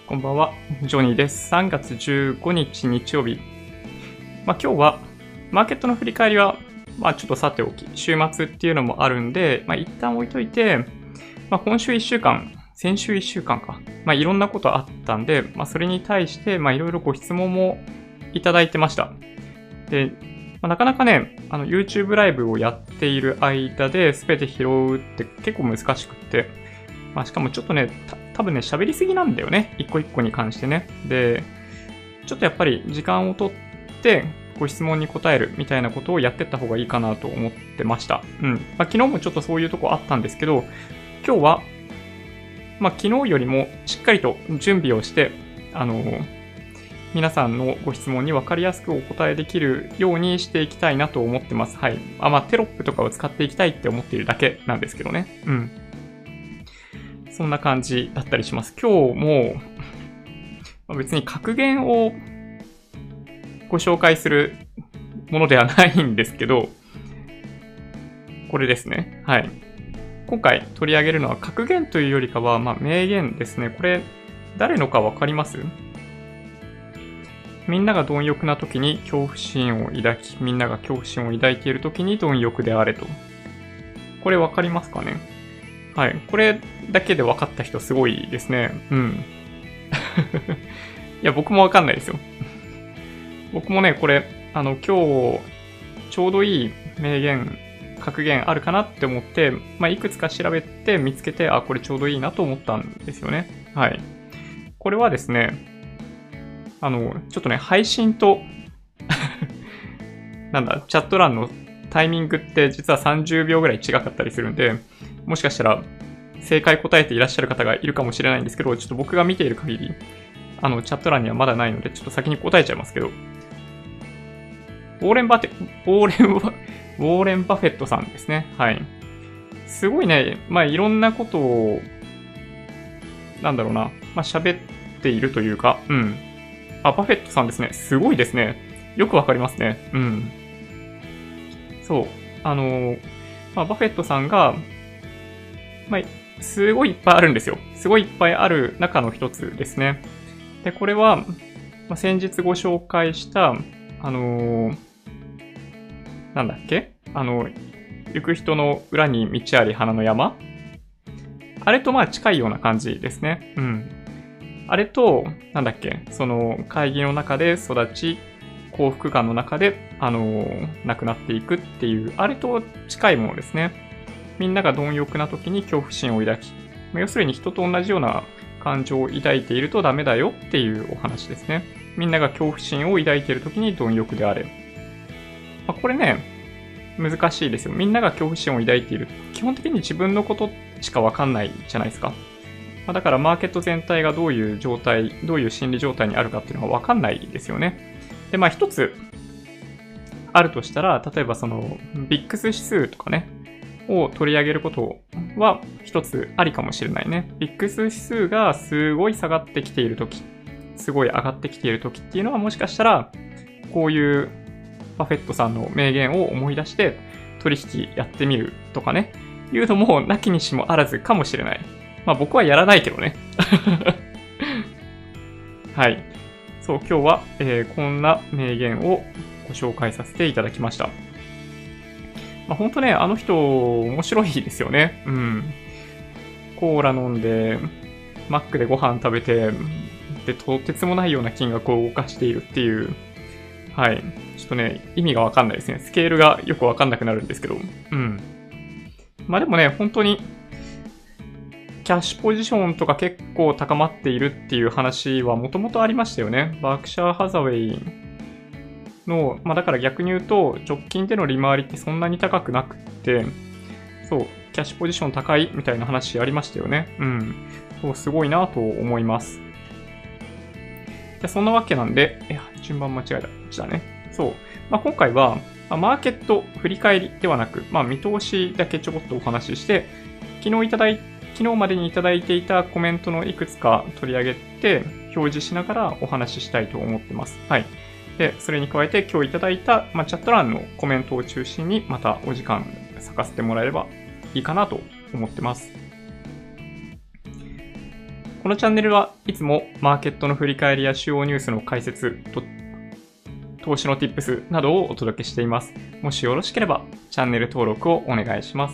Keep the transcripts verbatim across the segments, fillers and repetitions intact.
こんばんは、ジョニーです。さんがつじゅうごにち日曜日。まあ、今日は、マーケットの振り返りは、まあ、ちょっとさておき、週末っていうのもあるんで、まあ、一旦置いといて、まあ、今週いっしゅうかん、先週いっしゅうかんか、まあ、いろんなことあったんで、まあ、それに対して、まあ、いろいろご質問もいただいてました。で、まあ、なかなかね、あの、YouTube ライブをやっている間で全て拾うって結構難しくって、まあ、しかもちょっとね、多分ね、喋りすぎなんだよね。一個一個に関してね。で、ちょっとやっぱり時間をとってご質問に答えるみたいなことをやってった方がいいかなと思ってました。うん。まあ、昨日もちょっとそういうとこあったんですけど、今日は、まあ、昨日よりもしっかりと準備をして、あのー、皆さんのご質問に分かりやすくお答えできるようにしていきたいなと思ってます。はい。あ、まあ、テロップとかを使っていきたいって思っているだけなんですけどね。うん。そんな感じだったりします。今日も、まあ、別に格言をご紹介するものではないんですけど、これですね。はい。今回取り上げるのは格言というよりかは、まあ、名言ですね。これ、誰のかわかります？みんなが貪欲な時に恐怖心を抱き、みんなが恐怖心を抱いている時に貪欲であれと。これわかりますかね？はい。これだけで分かった人すごいですね。うん。いや、僕もわかんないですよ。僕もね、これ、あの、今日、ちょうどいい名言、格言あるかなって思って、まあ、いくつか調べて見つけて、あ、これちょうどいいなと思ったんですよね。はい。これはですね、あの、ちょっとね、配信と、なんだ、チャット欄のタイミングって実はさんじゅうびょうぐらい違かったりするんで、もしかしたら正解答えていらっしゃる方がいるかもしれないんですけど、ちょっと僕が見ている限り、あの、チャット欄にはまだないので、ちょっと先に答えちゃいますけど、ウォーレン・バテ、ウォーレン、ウォーレン・バフェットさんですね。はい。すごいね、まあいろんなことを、なんだろうな、まあ喋っているというか、うん。あ、バフェットさんですね。すごいですね。よくわかりますね。うん。そう。あの、まあ、バフェットさんが、まあ、すごいいっぱいあるんですよ。すごいいっぱいある中の一つですね。で、これは、まあ、先日ご紹介した、あのー、なんだっけあの、行く人の裏に道あり花の山あれとまあ近いような感じですね。うん。あれと、なんだっけその会議の中で育ち、幸福感の中で、あのー、亡くなっていくっていう、あれと近いものですね。みんなが貪欲な時に恐怖心を抱き、要するに人と同じような感情を抱いているとダメだよっていうお話ですね。みんなが恐怖心を抱いている時に貪欲であれ。まあ、これね、難しいですよ。みんなが恐怖心を抱いている。基本的に自分のことしかわかんないじゃないですか。まあ、だからマーケット全体がどういう状態、どういう心理状態にあるかっていうのがわかんないですよね。で、まあ一つあるとしたら、例えばそのビックス指数とかね、を取り上げることは一つありかもしれないね。ビックス指数がすごい下がってきているとき、すごい上がってきているときっていうのはもしかしたら、こういうバフェットさんの名言を思い出して取引やってみるとかね、いうのもなきにしもあらずかもしれない。まあ僕はやらないけどね。はい。そう、今日は、えー、こんな名言をご紹介させていただきました。まあ、ほんとね、あの人、面白いですよね。うん。コーラ飲んで、マックでご飯食べて、で、とてつもないような金額を動かしているっていう。はい。ちょっとね、意味がわかんないですね。スケールがよくわかんなくなるんですけど。うん。まあでもね、本当に、キャッシュポジションとか結構高まっているっていう話はもともとありましたよね。バークシャーハザウェイの、まあだから逆に言うと、直近での利回りってそんなに高くなくって、そう、キャッシュポジション高いみたいな話ありましたよね。うん。そう、すごいなと思います。じゃそんなわけなんで、いや、順番間違えた。こっちだね。そう。まあ今回は、まあ、マーケット振り返りではなく、まあ見通しだけちょこっとお話しして、昨日いただい昨日までにいただいていたコメントのいくつか取り上げて、表示しながらお話ししたいと思ってます。はい。で、それに加えて今日いただいた、まあ、チャット欄のコメントを中心にまたお時間割かせてもらえればいいかなと思ってます。 このチャンネルはいつもマーケットの振り返りや主要ニュースの解説と投資の Tips などをお届けしています。もしよろしければチャンネル登録をお願いします。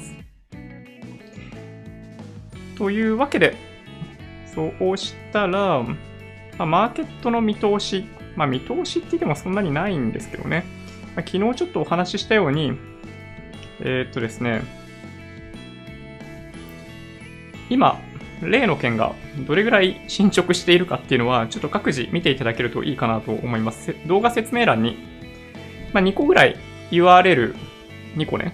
というわけで、そうしたら、まあ、マーケットの見通し、まあ見通しって言ってもそんなにないんですけどね。まあ、昨日ちょっとお話ししたように、えー、っとですね、今、例の件がどれぐらい進捗しているかっていうのは、ちょっと各自見ていただけるといいかなと思います。動画説明欄に、まあ、にこぐらい ユーアールエル、にこね、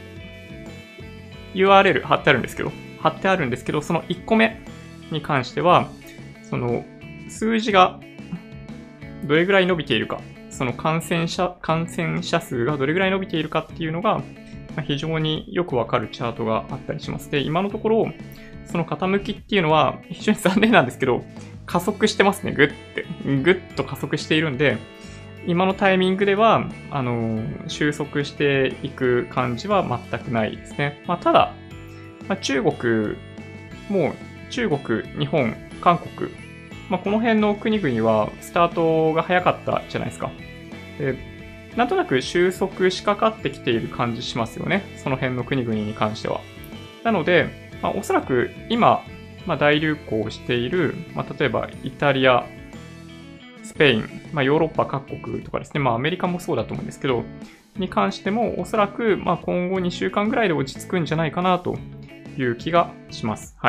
ユーアールエル 貼ってあるんですけど、貼ってあるんですけど、そのいっこめに関しては、その数字がどれぐらい伸びているか、その感染者、感染者数がどれぐらい伸びているかっていうのが、非常によくわかるチャートがあったりします。で、今のところ、その傾きっていうのは非常に残念なんですけど、加速してますね、ぐって。ぐっと加速しているんで、今のタイミングでは、あのー、収束していく感じは全くないですね。まあ、ただ、まあ、中国、もう中国、日本、韓国、まあ、この辺の国々はスタートが早かったじゃないですか。で、なんとなく収束しかかってきている感じしますよね。その辺の国々に関しては。なので、まあ、おそらく今、まあ、大流行している、まあ、例えばイタリア、スペイン、まあ、ヨーロッパ各国とかですね、まあ、アメリカもそうだと思うんですけど、に関してもおそらく、まあ、今後にしゅうかんぐらいで落ち着くんじゃないかなという気がします。はい。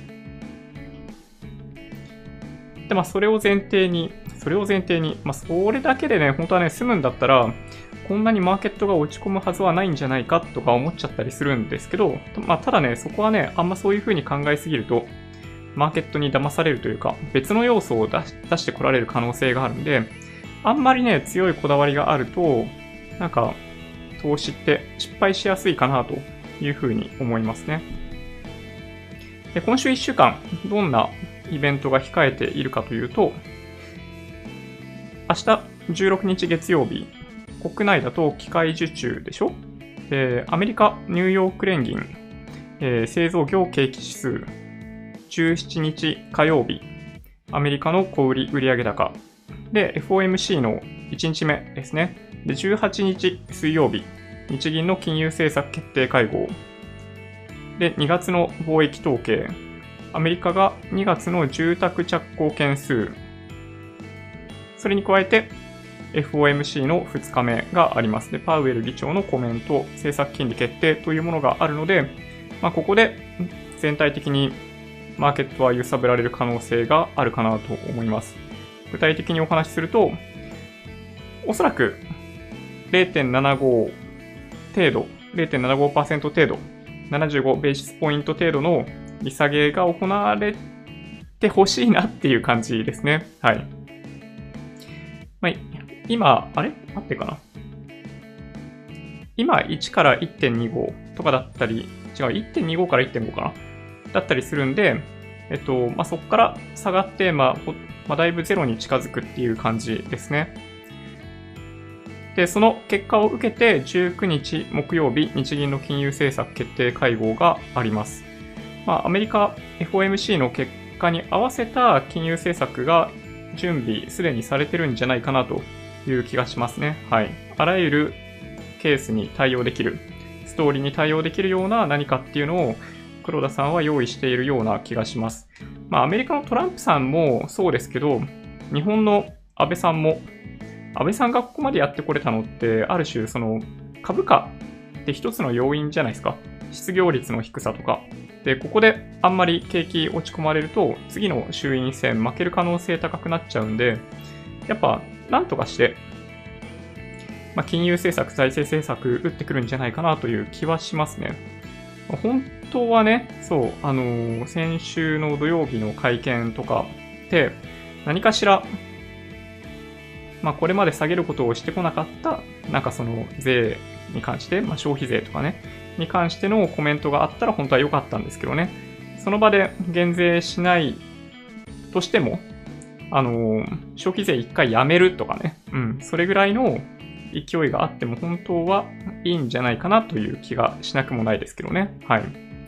で、まあ、それを前提に、それを前提に、まあ、それだけでね、本当はね、済むんだったら、こんなにマーケットが落ち込むはずはないんじゃないかとか思っちゃったりするんですけど、まあ、ただね、そこはね、あんまそういう風に考えすぎると、マーケットに騙されるというか、別の要素を出し、出してこられる可能性があるんで、あんまりね、強いこだわりがあると、なんか、投資って失敗しやすいかなという風に思いますね。で、今週いっしゅうかん、どんなイベントが控えているかというと、明日じゅうろくにち月曜日、国内だと機械受注でしょ。で、アメリカ、ニューヨーク連銀、えー、製造業景気指数、じゅうしちにち火曜日、アメリカの小売売上高、で、エフオーエムシー のいちにちめですね。で、じゅうはちにち水曜日、日銀の金融政策決定会合、で、にがつの貿易統計、アメリカがにがつの住宅着工件数、それに加えて、エフオーエムシー のふつかめがあります。で、パウエル議長のコメント、政策金利決定というものがあるので、まあ、ここで全体的にマーケットは揺さぶられる可能性があるかなと思います。具体的にお話しすると、おそらく れいてんななご 程度、れいてんななごパーセント 程度、ななじゅうごベーシスポイント程度の利下げが行われてほしいなっていう感じですね。はい。まあ、今、あれ合ってるかな今、いちから いってんにご とかだったり、違う、いってんにご から いってんご かなだったりするんで、えっと、まあ、そこから下がって、まあ、まあ、だいぶゼロに近づくっていう感じですね。で、その結果を受けて、じゅうくにち木曜日、日銀の金融政策決定会合があります。まあ、アメリカ エフオーエムシー の結果に合わせた金融政策が準備すでにされてるんじゃないかなという気がしますね。はい。あらゆるケースに対応できる、ストーリーに対応できるような何かっていうのを黒田さんは用意しているような気がします。まあ、アメリカのトランプさんもそうですけど、日本の安倍さんも、安倍さんがここまでやってこれたのって、ある種、その株価って一つの要因じゃないですか。失業率の低さとか。で、ここであんまり景気落ち込まれると、次の衆院選負ける可能性高くなっちゃうんで、やっぱ、なんとかして、まあ、金融政策、財政政策打ってくるんじゃないかなという気はしますね。本当はね、そう、あのー、先週の土曜日の会見とかで、何かしら、まあ、これまで下げることをしてこなかった、なんかその税に関して、まあ、消費税とかね、に関してのコメントがあったら本当は良かったんですけどね。その場で減税しないとしても、あのー、消費税一回やめるとかね、うん、それぐらいの勢いがあっても本当はいいんじゃないかなという気がしなくもないですけどね。はい。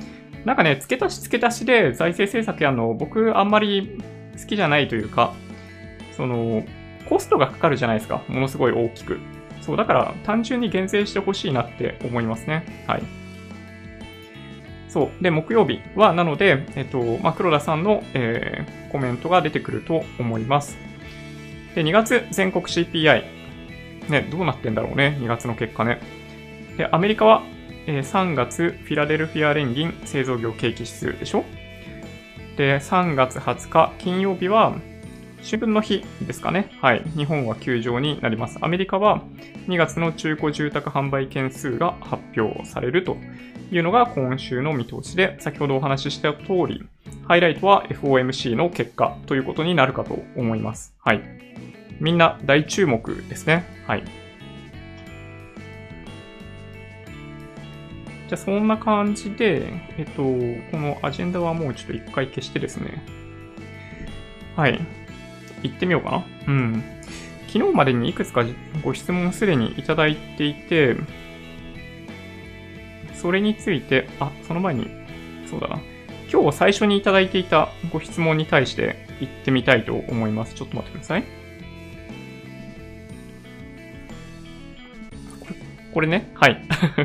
なんかね、付け足し付け足しで財政政策やるの、僕あんまり好きじゃないというか、その、コストがかかるじゃないですか。ものすごい大きく。そう、だから単純に減税してほしいなって思いますね。はい。そう。で、木曜日は、なので、えっと、まあ、黒田さんの、えー、コメントが出てくると思います。で、にがつ全国 シーピーアイ。ね、どうなってんだろうね。にがつの結果ね。で、アメリカは、えー、さんがつフィラデルフィア連銀製造業景気指数でしょ。で、さんがつはつか金曜日は、春分の日ですかね。はい。日本は休場になります。アメリカはにがつの中古住宅販売件数が発表されるというのが今週の見通しで、先ほどお話しした通り、ハイライトは エフオーエムシー の結果ということになるかと思います。はい。みんな大注目ですね。はい。じゃあそんな感じで、えっと、このアジェンダはもうちょっと一回消してですね。はい。行ってみようかな。うん。昨日までにいくつかご質問すでにいただいていて、それについて、あ、その前に、そうだな。今日最初にいただいていたご質問に対して行ってみたいと思います。ちょっと待ってください。これ、これね。はい。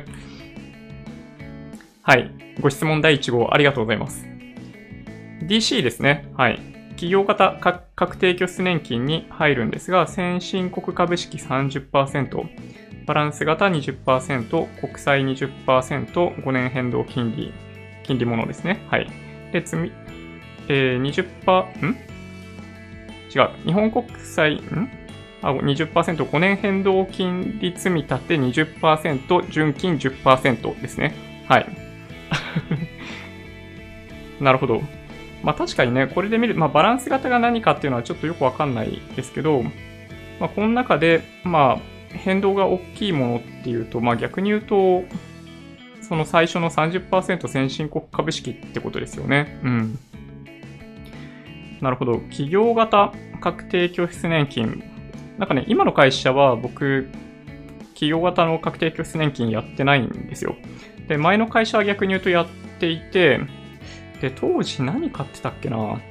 はい。ご質問だいいち号ありがとうございます。ディーシー ですね。はい。企業型確定拠出年金に入るんですが、先進国株式 さんじゅっパーセント、バランス型 にじゅっパーセント、国債 にじゅっパーセント、ごねん変動金利、金利ものですね。はい。で、積み、えー、にじゅっパーセント、ん違う。日本国債、んあ、にじゅっパーセント、ごねん変動金利積み立て にじゅっパーセント、純金 じゅっパーセント ですね。はい。なるほど。まあ確かにね、これで見る、まあバランス型が何かっていうのはちょっとよくわかんないですけど、まあこの中で、まあ変動が大きいものっていうと、まあ逆に言うと、その最初の さんじゅっパーセント 先進国株式ってことですよね。うん。なるほど。企業型確定拠出年金。なんかね、今の会社は僕、企業型の確定拠出年金やってないんですよ。で、前の会社は逆に言うとやっていて、で、当時何買ってたっけな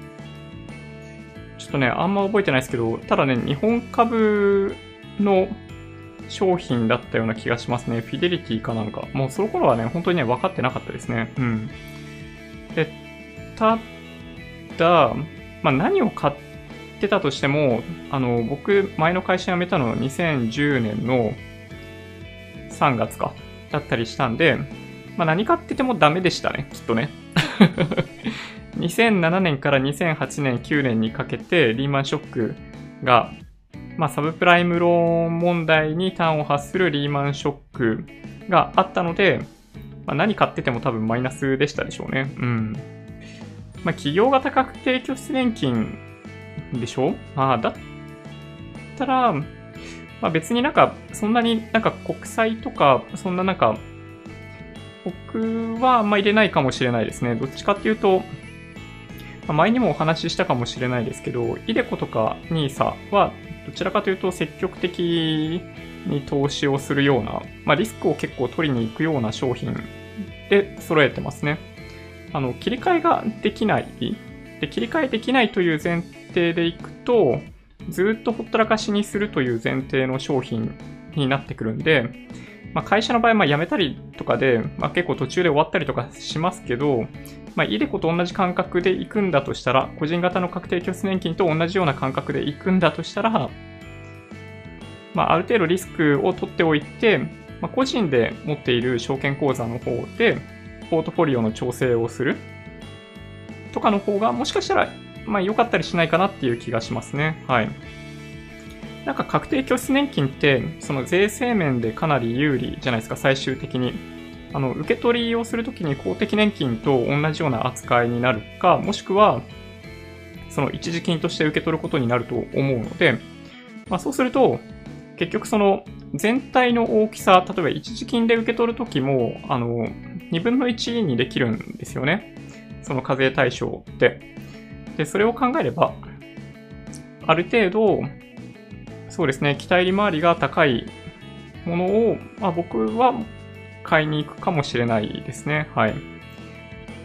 ちょっとね、あんま覚えてないですけど、ただね、日本株の商品だったような気がしますね。フィデリティかなんか。もうその頃はね、本当にね、分かってなかったですね。うん。で、ただ、まあ何を買ってたとしても、あの、僕、前の会社辞めたのはにせんじゅうねんのさんがつか、だったりしたんで、まあ何買っててもダメでしたね、きっとね。にせんななねんからにせんはちねん、きゅうねんにかけてリーマンショックが、まあ、サブプライムローン問題に端を発するリーマンショックがあったので、まあ、何買ってても多分マイナスでしたでしょうね。うん。まあ、企業型確定拠出年金でしょまあ、だったら、まあ、別になんか、そんなになんか国債とか、そんななんか、僕はあんま入れないかもしれないですね。どっちかっていうと、前にもお話ししたかもしれないですけど、イデコとかニーサはどちらかというと積極的に投資をするような、まあ、リスクを結構取りに行くような商品で揃えてますね。あの、切り替えができない。で、切り替えできないという前提でいくと、ずっとほったらかしにするという前提の商品になってくるんで、まあ、会社の場合、まあ、辞めたりとかで、まあ、結構途中で終わったりとかしますけど、まあ、イデコと同じ感覚で行くんだとしたら、個人型の確定拠出年金と同じような感覚で行くんだとしたら、まあ、ある程度リスクを取っておいて、まあ、個人で持っている証券口座の方で、ポートフォリオの調整をするとかの方が、もしかしたら、まあ、良かったりしないかなっていう気がしますね。はい。なんか確定拠出年金って、その税制面でかなり有利じゃないですか、最終的に。あの、受け取りをするときに公的年金と同じような扱いになるか、もしくは、その一時金として受け取ることになると思うので、まあそうすると、結局その全体の大きさ、例えば一時金で受け取るときも、あの、にぶんのいちにできるんですよね。その課税対象って。で、それを考えれば、ある程度、そうですね、期待利回りが高いものを、まあ、僕は買いに行くかもしれないですね。はい。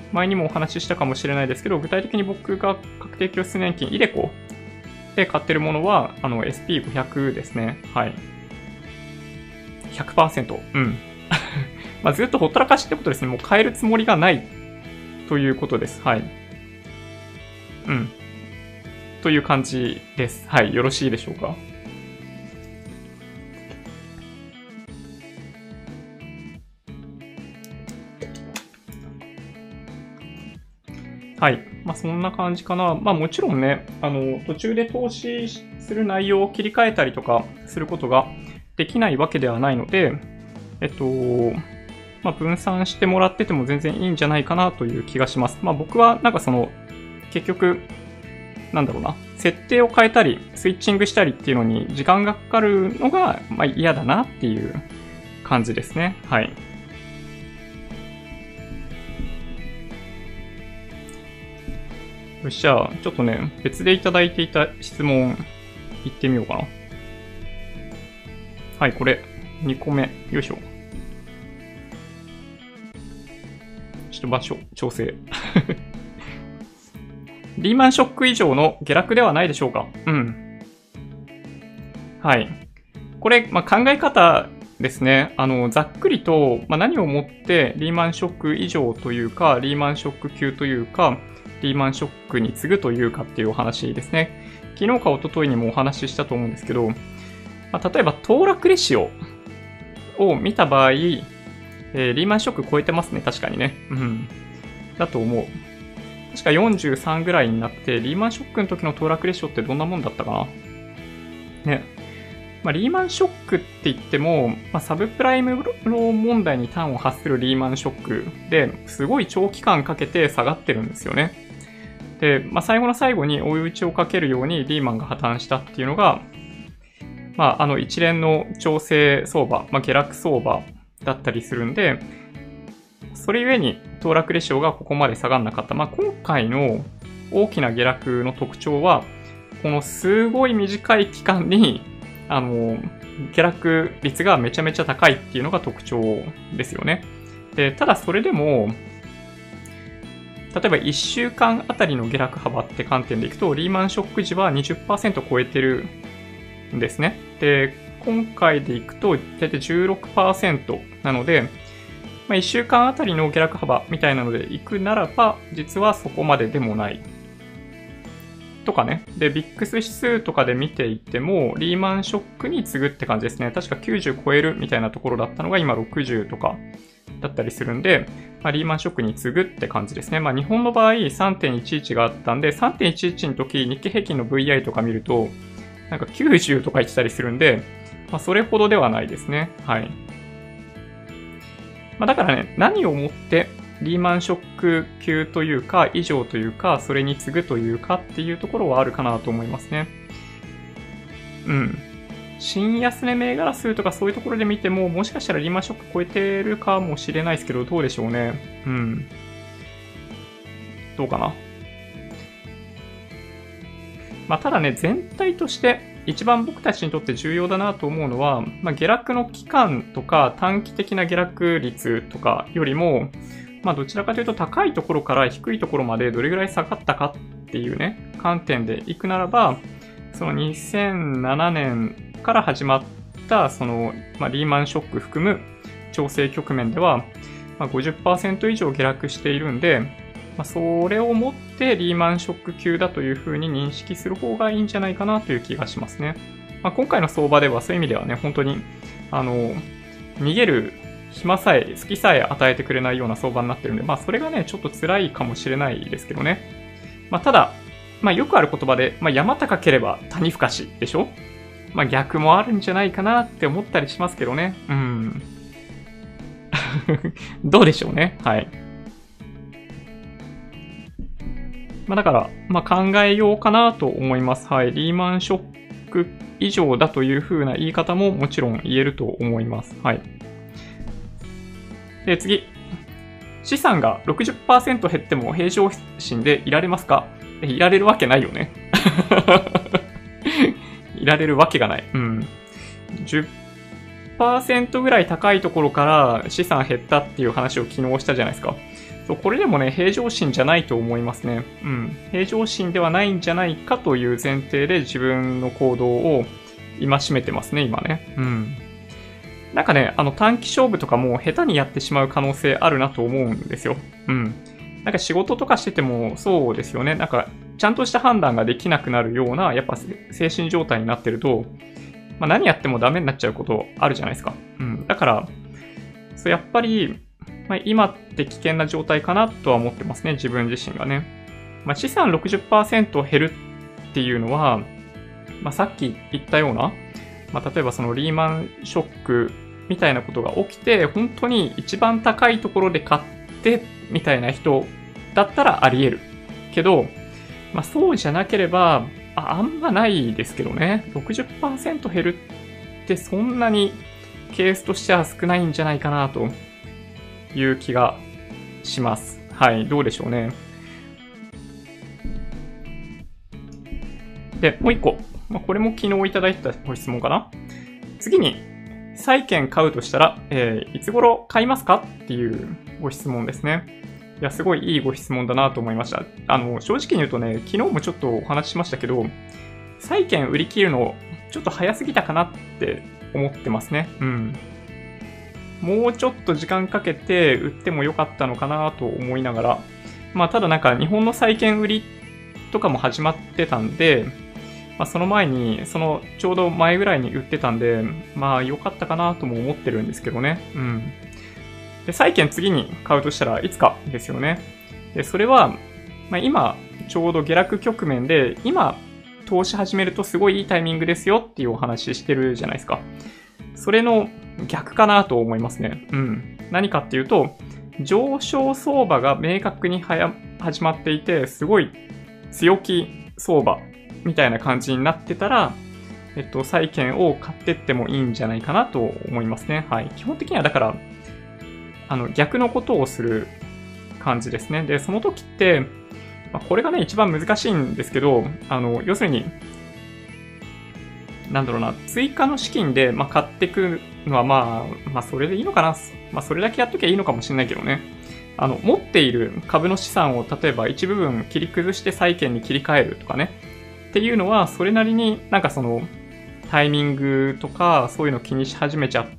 前にもお話ししたかもしれないですけど、具体的に僕が確定拠出年金、イデコで買ってるものは、あの、エスピーごひゃく ですね。はい。ひゃくパーセント。うん。まあずっとほったらかしってことですね。もう変えるつもりがないということです。はい。うん。という感じです。はい。よろしいでしょうか。はい。まあ、そんな感じかな。まあ、もちろんね、あの、途中で投資する内容を切り替えたりとかすることができないわけではないので、えっと、まあ、分散してもらってても全然いいんじゃないかなという気がします。まあ、僕はなんかその、結局、なんだろうな、設定を変えたり、スイッチングしたりっていうのに時間がかかるのが、まあ、嫌だなっていう感じですね。はい。よし、じゃあ、ちょっとね、別でいただいていた質問、いってみようかな。はい、これ、にこめ。よいしょ。ちょっと場所、調整。リーマンショック以上の下落ではないでしょうか。うん。はい。これ、まあ、考え方ですね。あの、ざっくりと、まあ、何をもってリーマンショック以上というか、リーマンショック級というか、リーマンショックに次ぐというかっていうお話ですね。昨日か一昨日にもお話ししたと思うんですけど、まあ、例えば、騰落レシオを見た場合、えー、リーマンショック超えてますね。確かにね。うん。だと思う。確かよんじゅうさんぐらいになって、リーマンショックの時の騰落レシオってどんなもんだったかなね。まあ、リーマンショックって言っても、まあ、サブプライムローン問題に端を発するリーマンショックですごい長期間かけて下がってるんですよね。で、まあ、最後の最後に追い打ちをかけるようにリーマンが破綻したっていうのが、まあ、あの一連の調整相場、まあ、下落相場だったりするんで、それゆえに騰落レシオがここまで下がらなかった。まあ、今回の大きな下落の特徴は、このすごい短い期間に、あの、下落率がめちゃめちゃ高いっていうのが特徴ですよね。で、ただそれでも、例えばいっしゅうかんあたりの下落幅って観点でいくと、リーマンショック時は にじゅっパーセント 超えてるんですね。で、今回でいくと、だいたい じゅうろくパーセント なので、まあ、いっしゅうかんあたりの下落幅みたいなのでいくならば、実はそこまででもない。とかね。で、ビックス 指数とかで見ていても、リーマンショックに次ぐって感じですね。確かきゅうじゅう超えるみたいなところだったのが今ろくじゅうとかだったりするんで、まあ、リーマンショックに次ぐって感じですね。まあ、日本の場合 さんてんいちいち があったんで、さんてんいちいち の時日経平均の ブイアイ とか見ると、なんかきゅうじゅうとか言ってたりするんで、まあ、それほどではないですね。はい。まあ、だからね、何をもってリーマンショック級というか、以上というか、それに次ぐというかっていうところはあるかなと思いますね。うん。新安値銘柄数とかそういうところで見ても、もしかしたらリーマンショック超えてるかもしれないですけど、どうでしょうね。うん。どうかな。まあ、ただね、全体として一番僕たちにとって重要だなと思うのは、まあ、下落の期間とか短期的な下落率とかよりも、まあ、どちらかというと高いところから低いところまでどれぐらい下がったかっていうね、観点でいくならば、そのにせんななねんから始まった、その、まあ、リーマンショック含む調整局面では、まあ、ごじゅっパーセント 以上下落しているんで、まあ、それをもってリーマンショック級だというふうに認識する方がいいんじゃないかなという気がしますね。まあ、今回の相場ではそういう意味ではね、本当に、あの、逃げる暇さえ、隙さえ与えてくれないような相場になってるんで、まあそれがね、ちょっと辛いかもしれないですけどね。まあただ、まあよくある言葉で、まあ山高ければ谷深しでしょ？まあ逆もあるんじゃないかなって思ったりしますけどね。うん。どうでしょうね。はい。まあだから、まあ考えようかなと思います。はい。リーマンショック以上だという風な言い方ももちろん言えると思います。はい。で、次。資産が ろくじゅっパーセント 減っても平常心でいられますか？いられるわけないよね。いられるわけがない。うん。じゅっパーセント ぐらい高いところから資産減ったっていう話を昨日したじゃないですか。 そう、これでもね、平常心じゃないと思いますね。うん。平常心ではないんじゃないかという前提で自分の行動を戒めてますね、今ね。うん。なんかね、あの短期勝負とかも下手にやってしまう可能性あるなと思うんですよ。うん。なんか仕事とかしててもそうですよね。なんか、ちゃんとした判断ができなくなるような、やっぱ精神状態になってると、まあ、何やってもダメになっちゃうことあるじゃないですか。うん。だから、そう、やっぱり、まあ、今って危険な状態かなとは思ってますね、自分自身がね。まあ、資産 ろくじゅっパーセント 減るっていうのは、まあ、さっき言ったような、まあ、例えばそのリーマンショックみたいなことが起きて、本当に一番高いところで買ってみたいな人だったらあり得る。けど、まあ、そうじゃなければ、あ、あんまないですけどね。ろくじゅっパーセント 減るってそんなにケースとしては少ないんじゃないかなという気がします。はい、どうでしょうね。で、もう一個。まあ、これも昨日いただいたご質問かな。次に、債券買うとしたら、えー、いつ頃買いますかっていうご質問ですね。いや、すごいいいご質問だなと思いました。あの、正直に言うとね、昨日もちょっとお話ししましたけど、債券売り切るのちょっと早すぎたかなって思ってますね。うん。もうちょっと時間かけて売ってもよかったのかなと思いながら、まあただなんか日本の債券売りとかも始まってたんで、まあ、その前に、そのちょうど前ぐらいに売ってたんで、まあ良かったかなとも思ってるんですけどね。うん。で、債券次に買うとしたらいつかですよね。で、それは、まあ、今ちょうど下落局面で、今投資始めるとすごいいいタイミングですよっていうお話してるじゃないですか。それの逆かなと思いますね。うん。何かっていうと、上昇相場が明確にはや始まっていて、すごい強気相場みたいな感じになってたら、えっと、債券を買ってってもいいんじゃないかなと思いますね。はい。基本的にはだから、あの、逆のことをする感じですね。で、その時って、まあ、これがね、一番難しいんですけど、あの、要するに、なんだろうな、追加の資金で、まあ、買っていくのは、まあ、まあ、それでいいのかな。まあ、それだけやっときゃいいのかもしれないけどね。あの、持っている株の資産を、例えば一部分切り崩して債券に切り替えるとかね。っていうのは、それなりになんかその、タイミングとか、そういうの気にし始めちゃって、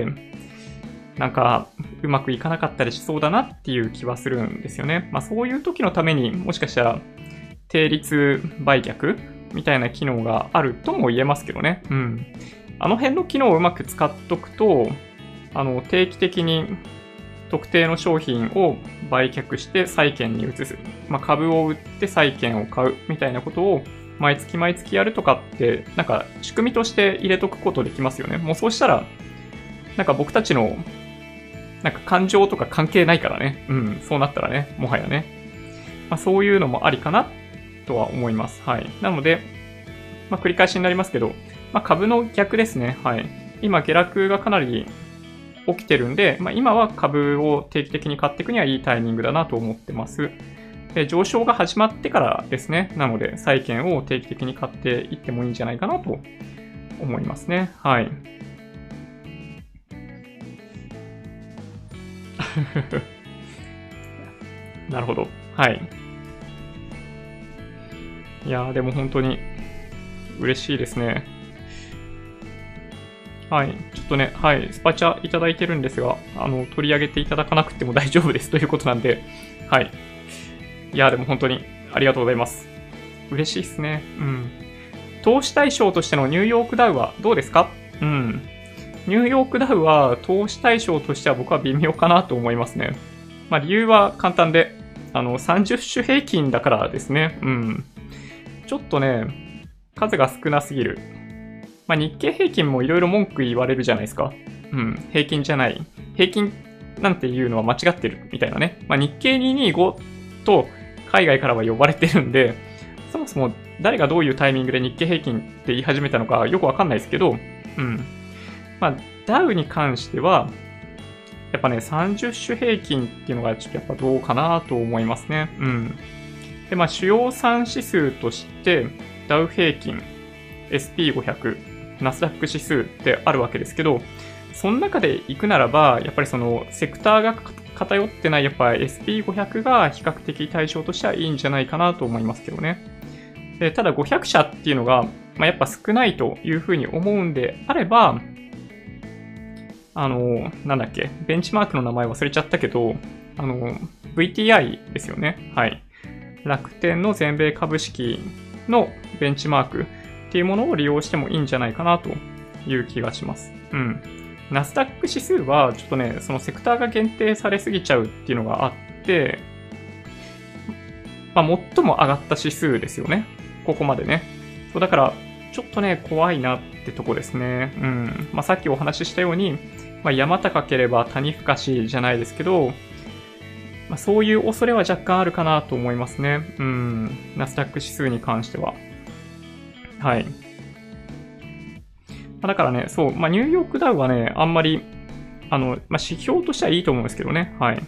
なんか、うまくいかなかったりしそうだなっていう気はするんですよね。まあ、そういう時のためにもしかしたら、定率売却みたいな機能があるとも言えますけどね。うん。あの辺の機能をうまく使っとくと、あの、定期的に特定の商品を売却して債券に移す。まあ、株を売って債券を買うみたいなことを毎月毎月やるとかって、なんか仕組みとして入れとくことできますよね。もうそうしたら、なんか僕たちのなんか感情とか関係ないからね。うん、そうなったらね、もはやね。まあ、そういうのもありかなとは思います。はい。なので、まあ、繰り返しになりますけど、まあ、株の逆ですね。はい。今、下落がかなり起きてるんで、まあ、今は株を定期的に買っていくにはいいタイミングだなと思ってます。で、上昇が始まってからですね。なので、債券を定期的に買っていってもいいんじゃないかなと思いますね。はい。なるほど。はい。いやー、でも本当に嬉しいですね。はい。ちょっとね、はい。スパチャいただいてるんですが、あの、取り上げていただかなくても大丈夫ですということなんで、はい。いやー、でも本当にありがとうございます。嬉しいですね。うん。投資対象としてのニューヨークダウはどうですか？うん。ニューヨークダウは投資対象としては僕は微妙かなと思いますね。まあ理由は簡単で、あのさんじゅっ種平均だからですね。うん。ちょっとね、数が少なすぎる。まあ日経平均もいろいろ文句言われるじゃないですか。うん。平均じゃない。平均なんていうのは間違ってるみたいなね。まあ日経にひゃくにじゅうごと海外からは呼ばれてるんで、そもそも誰がどういうタイミングで日経平均って言い始めたのかよくわかんないですけど、うん。まあ、ダウに関しては、やっぱね、さんじゅっ種平均っていうのがちょっとやっぱどうかなと思いますね。うん。で、まあ、主要さん指数として、ダウ平均、エスピーごひゃく、ナスダック指数ってあるわけですけど、その中で行くならば、やっぱりそのセクターが偏ってないやっぱ エスピーごひゃく が比較的対象としてはいいんじゃないかなと思いますけどね。でただごひゃく社っていうのが、まあ、やっぱ少ないというふうに思うんであれば、あの、なんだっけ、ベンチマークの名前忘れちゃったけど、あの、ブイティーアイ ですよね。はい。楽天の全米株式のベンチマークっていうものを利用してもいいんじゃないかなという気がします。うん。ナスダック指数はちょっとね、そのセクターが限定されすぎちゃうっていうのがあって、まあ、最も上がった指数ですよね。ここまでね。そうだから、ちょっとね、怖いなってとこですね。うん。まあ、さっきお話ししたように、まあ、山高ければ谷深しじゃないですけど、まあ、そういう恐れは若干あるかなと思いますね。うん。ナスダック指数に関しては。はい。まあ、だからね、そう、まあ、ニューヨークダウはね、あんまり、あの、まあ、指標としてはいいと思うんですけどね。はい。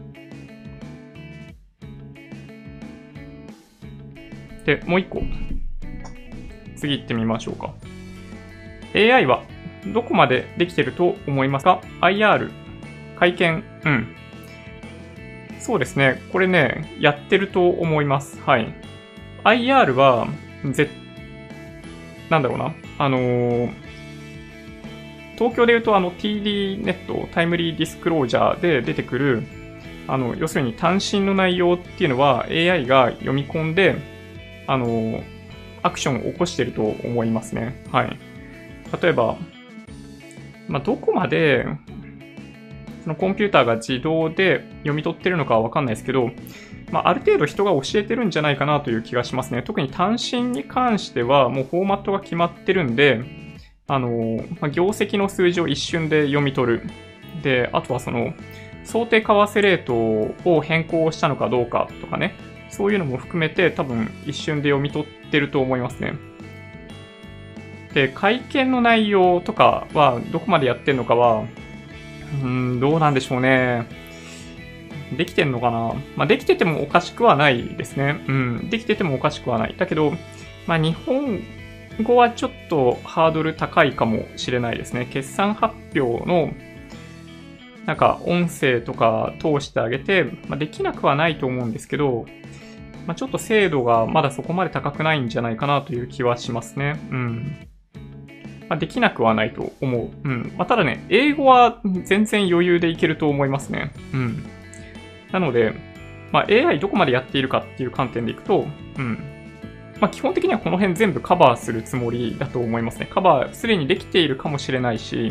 で、もう一個。次行ってみましょうか。エーアイ はどこまでできてると思いますか？ アイアール、会見、うん。そうですね。これね、やってると思います。はい。アイアール は、ぜ、なんだろうな。あのー、東京で言うとあの ティーディー ネット、タイムリーディスクロージャーで出てくる、あの、要するに単身の内容っていうのは エーアイ が読み込んで、あのー、アクションを起こしてると思いますね。はい。例えば、まあ、どこまで、そのコンピューターが自動で読み取ってるのかはわかんないですけど、まあ、ある程度人が教えてるんじゃないかなという気がしますね。特に単身に関しては、もうフォーマットが決まってるんで、あの、まあ、業績の数字を一瞬で読み取る。で、あとはその、想定為替レートを変更したのかどうかとかね、そういうのも含めて多分一瞬で読み取ってると思いますね。で、会見の内容とかはどこまでやってんのかは、うーん、どうなんでしょうね。できてんのかな？まあ、できててもおかしくはないですね。うん、できててもおかしくはない。だけど、まあ、日本語はちょっとハードル高いかもしれないですね。決算発表のなんか音声とか通してあげて、まあ、できなくはないと思うんですけど、まあ、ちょっと精度がまだそこまで高くないんじゃないかなという気はしますね。うん。まあ、できなくはないと思う。うん。まあ、ただね、英語は全然余裕でいけると思いますね。うん。なので、まあ、エーアイ どこまでやっているかっていう観点でいくと、うん。まあ、基本的にはこの辺全部カバーするつもりだと思いますね。カバーすでにできているかもしれないし、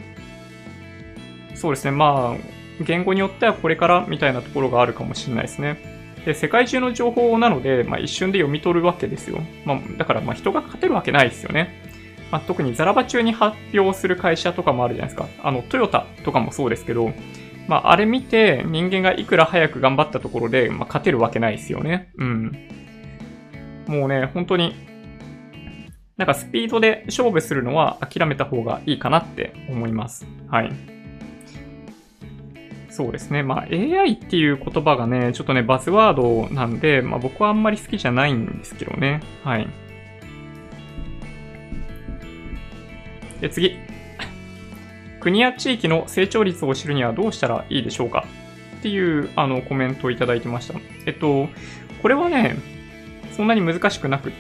そうですね。まあ、言語によってはこれからみたいなところがあるかもしれないですね。で、世界中の情報なので、まあ、一瞬で読み取るわけですよ。まあ、だからまあ人が勝てるわけないですよね。まあ、特にザラバ中に発表する会社とかもあるじゃないですか。あの、トヨタとかもそうですけど、まあ、あれ見て人間がいくら早く頑張ったところで、まあ、勝てるわけないですよね。うん。もうね、本当に、なんかスピードで勝負するのは諦めた方がいいかなって思います。はい。そうですね。まあ エーアイ っていう言葉がね、ちょっとね、バズワードなんで、まあ僕はあんまり好きじゃないんですけどね。はい。で、次。国や地域の成長率を知るにはどうしたらいいでしょうかっていうあのコメントをいただいてました。えっと、これはね、そんなに難しくなくって、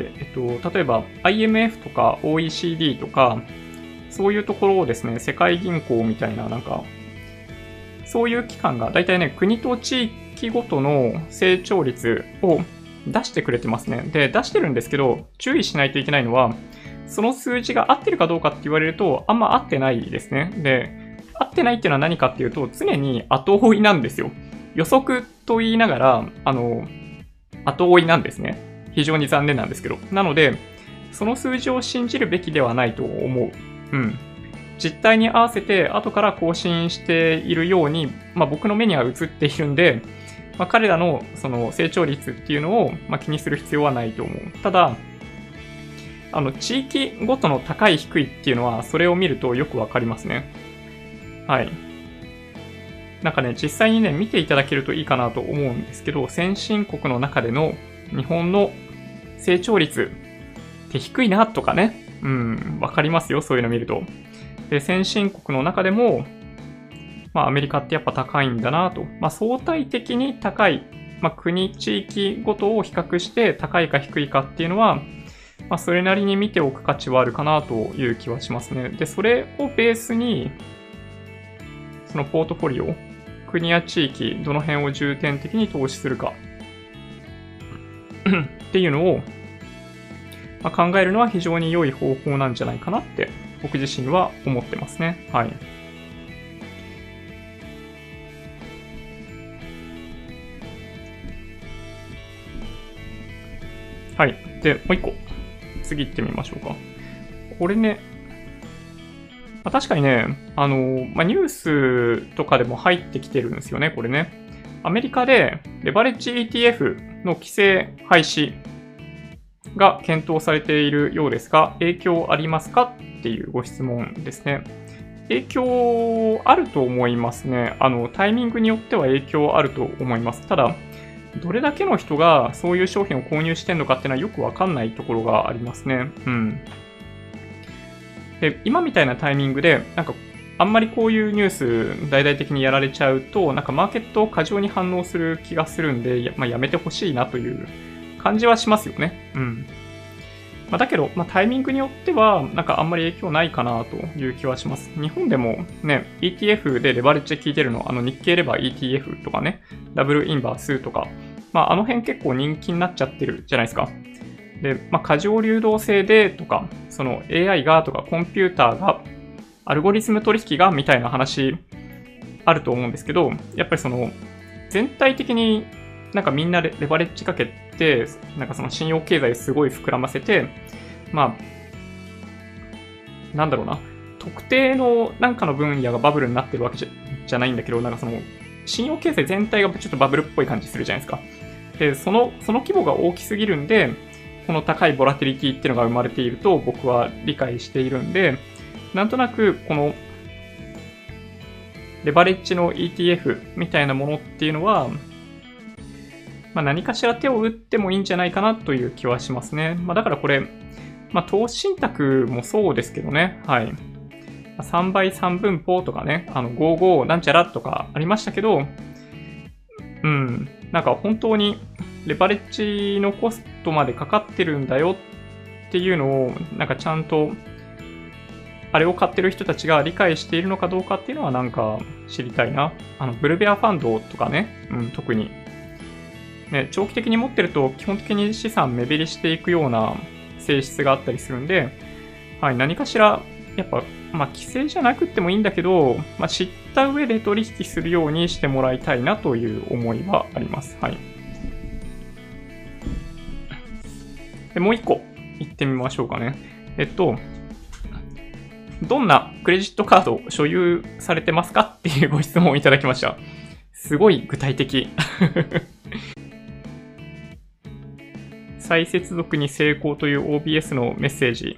えっと、例えば アイエムエフ とか オーイーシーディー とか、そういうところをですね、世界銀行みたいななんか、そういう機関が大体ね、国と地域ごとの成長率を出してくれてますね。で、出してるんですけど、注意しないといけないのは、その数字が合ってるかどうかって言われると、あんま合ってないですね。で、合ってないっていうのは何かっていうと、常に後追いなんですよ。予測と言いながら、あの、後追いなんですね。非常に残念なんですけど。なので、その数字を信じるべきではないと思う。うん。実態に合わせて後から更新しているように、まあ、僕の目には映っているんで、まあ、彼らのその成長率っていうのをまあ気にする必要はないと思う。ただ、あの地域ごとの高い低いっていうのはそれを見るとよくわかりますね。はい。なんかね、実際にね、見ていただけるといいかなと思うんですけど、先進国の中での日本の成長率って低いなとかね、うん、わかりますよ、そういうの見ると。で、先進国の中でも、 まあアメリカってやっぱ高いんだなと。まあ相対的に高い、まあ国、地域ごとを比較して高いか低いかっていうのは、まあそれなりに見ておく価値はあるかなという気はしますね。で、それをベースに、そのポートフォリオ、国や地域、どの辺を重点的に投資するかっていうのを、まあ、考えるのは非常に良い方法なんじゃないかなって僕自身は思ってますね。はい。はい。で、もう一個。次行ってみましょうか。これね、まあ、確かにね、あの、まあ、ニュースとかでも入ってきてるんですよね、これね。アメリカでレバレッジ イーティーエフ の規制廃止が検討されているようですが、影響ありますかっていうご質問ですね。影響あると思いますね。あの、タイミングによっては影響あると思います。ただ、どれだけの人がそういう商品を購入してるのかっていうのはよくわかんないところがありますね。うん。で、今みたいなタイミングで、なんか、あんまりこういうニュース大々的にやられちゃうと、なんかマーケットを過剰に反応する気がするんで、や,、まあ、やめてほしいなという感じはしますよね。うん。まあ、だけど、まあ、タイミングによっては、なんかあんまり影響ないかなという気はします。日本でもね、イーティーエフ でレバレッジで効いてるの、あの日経レバー イーティーエフ とかね、ダブルインバースとか、まあ、あの辺結構人気になっちゃってるじゃないですか。で、まあ、過剰流動性でとか、その エーアイ がとか、コンピューターが、アルゴリズム取引がみたいな話あると思うんですけど、やっぱりその、全体的になんかみんなレバレッジかけて、なんかその信用経済すごい膨らませて、まあ、なんだろうな、特定のなんかの分野がバブルになってるわけじゃじゃないんだけど、なんかその、信用経済全体がちょっとバブルっぽい感じするじゃないですか。で、その、その規模が大きすぎるんで、この高いボラティリティっていうのが生まれていると僕は理解しているんで、なんとなくこのレバレッジの イーティーエフ みたいなものっていうのは、まあ、何かしら手を打ってもいいんじゃないかなという気はしますね。まあ、だからこれ、まあ、投資信託もそうですけどね。はい。さんばいさんぶん法とかね、あのごじゅうごなんちゃらとかありましたけど、うん、なんか本当にレバレッジのコストまでかかってるんだよっていうのを、なんかちゃんと、あれを買ってる人たちが理解しているのかどうかっていうのはなんか知りたいな。あの、ブルベアファンドとかね、うん、特に。ね、長期的に持ってると基本的に資産目減りしていくような性質があったりするんで、はい、何かしら、やっぱ、まあ、規制じゃなくてもいいんだけど、まあ、知った上で取引するようにしてもらいたいなという思いはあります。はい。で、もう一個行ってみましょうかね。えっと、どんなクレジットカードを所有されてますかっていうご質問をいただきました。すごい具体的。再接続に成功という オービーエス のメッセージ。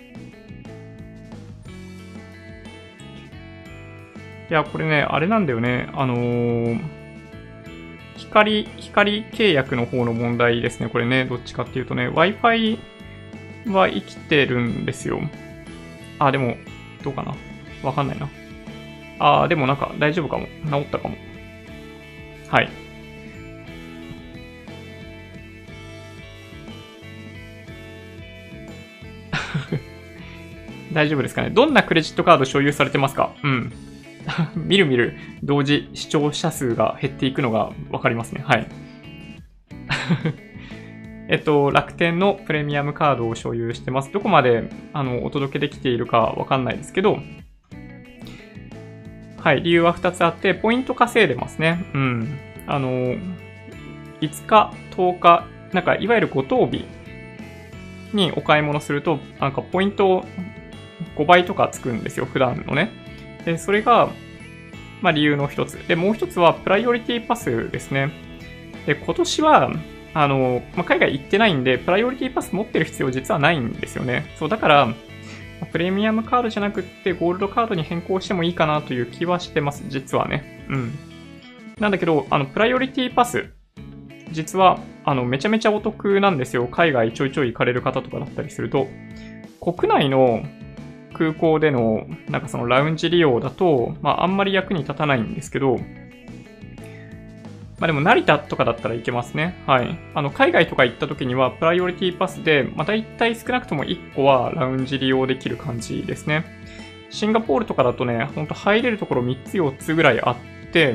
いや、これね、あれなんだよね。あのー、光、光契約の方の問題ですね。これね、どっちかっていうとね、Wi-Fi は生きてるんですよ。あ、でも、どうかな。わかんないな。あ、でもなんか大丈夫かも。治ったかも。はい。大丈夫ですかね。どんなクレジットカード所有されてますか？うん。みるみる同時視聴者数が減っていくのがわかりますね。はい。えっと、楽天のプレミアムカードを所有してます。どこまであのお届けできているかわかんないですけど、はい、理由はふたつあって、ポイント稼いでますね。うん。あの、いつか、とおか、なんかいわゆるご等日にお買い物すると、なんかポイントごばいとかつくんですよ、普段のね。で、それが、まあ理由の一つ。で、もう一つはプライオリティパスですね。で、今年は、あの、まあ、海外行ってないんで、プライオリティパス持ってる必要実はないんですよね。そう、だから、プレミアムカードじゃなくってゴールドカードに変更してもいいかなという気はしてます、実はね。うん。なんだけど、あの、プライオリティパス、実は、あの、めちゃめちゃお得なんですよ。海外ちょいちょい行かれる方とかだったりすると。国内の空港での、なんかそのラウンジ利用だと、まああんまり役に立たないんですけど、まあでも成田とかだったらいけますね。はい。あの、海外とか行った時には、プライオリティパスで、まあ大体少なくともいっこはラウンジ利用できる感じですね。シンガポールとかだとね、ほんと入れるところみっつよっつぐらいあって、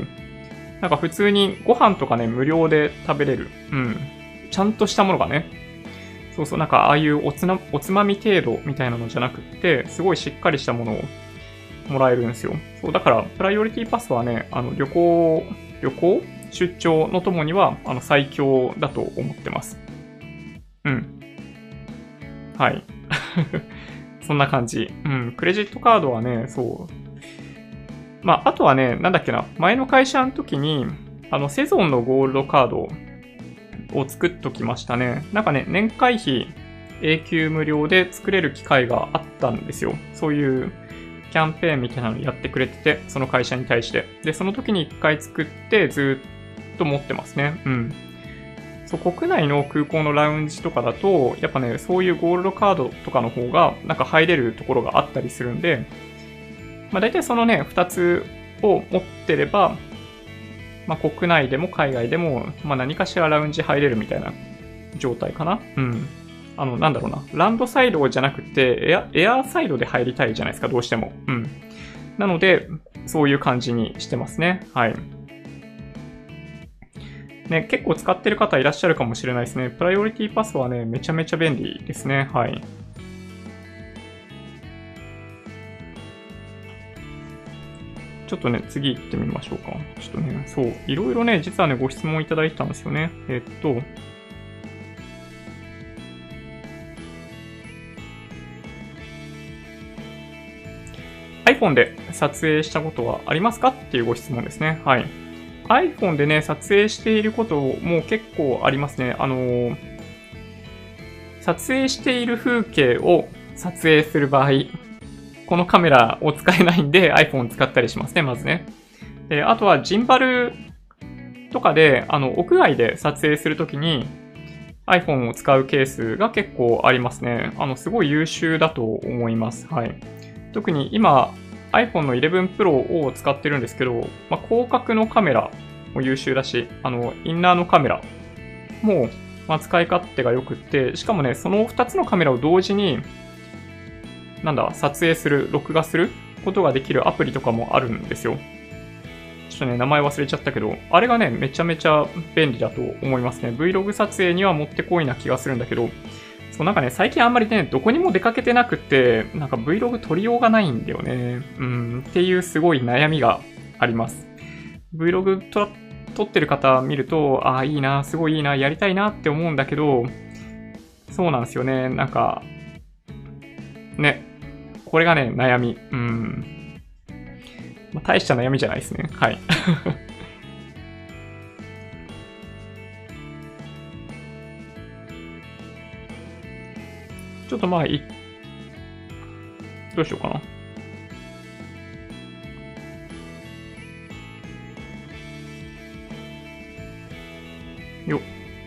なんか普通にご飯とかね、無料で食べれる。うん。ちゃんとしたものがね。そうそう、なんかああいうおつな、おつまみ程度みたいなのじゃなくって、すごいしっかりしたものをもらえるんですよ。そう、だから、プライオリティパスはね、あの、旅行、旅行出張のともには、あの、最強だと思ってます。うん。はい。そんな感じ。うん。クレジットカードはね、そう。まあ、あとはね、なんだっけな。前の会社の時に、あの、セゾンのゴールドカードを作っときましたね。なんかね、年会費永久無料で作れる機会があったんですよ。そういうキャンペーンみたいなのやってくれてて、その会社に対して。で、その時に一回作ってずっと持ってますね。うん。そう、国内の空港のラウンジとかだと、やっぱね、そういうゴールドカードとかの方が、なんか入れるところがあったりするんで、まあ大体そのね、二つを持ってれば、まあ国内でも海外でも、まあ何かしらラウンジ入れるみたいな状態かな。うん。あの、なんだろうな。ランドサイドじゃなくて、エア、エアーサイドで入りたいじゃないですか、どうしても。うん。なので、そういう感じにしてますね。はい。ね、結構使ってる方いらっしゃるかもしれないですね。プライオリティパスはね、めちゃめちゃ便利ですね。はい。ちょっとね、次行ってみましょうか。ちょっとね、そう、いろいろね、実はね、ご質問いただいてたんですよね。えっと、iPhone で撮影したことはありますかっていうご質問ですね。はい。iPhone でね、撮影していることも結構ありますね。あのー、撮影している風景を撮影する場合、このカメラを使えないんで iPhone を使ったりしますね、まずね。で、あとはジンバルとかで、あの、屋外で撮影するときに iPhone を使うケースが結構ありますね。あの、すごい優秀だと思います。はい。特に今、iPhone のイレブンプロを使ってるんですけど、まあ、広角のカメラも優秀だし、あの、インナーのカメラも、まあ、使い勝手が良くって、しかもね、そのふたつのカメラを同時に、なんだ、撮影する、録画することができるアプリとかもあるんですよ。ちょっとね、名前忘れちゃったけど、あれがね、めちゃめちゃ便利だと思いますね。Vlog 撮影にはもってこいな気がするんだけど、そう、なんかね、最近あんまりね、どこにも出かけてなくって、なんか Vlog 撮りようがないんだよね。うん、っていうすごい悩みがあります。Vlog 撮撮ってる方見ると、ああ、いいな、すごいいいな、やりたいなって思うんだけど、そうなんですよね。なんか、ね、これがね、悩み。うん。まあ、大した悩みじゃないですね。はい。ちょっとまあ、い、どうしようかな。よ。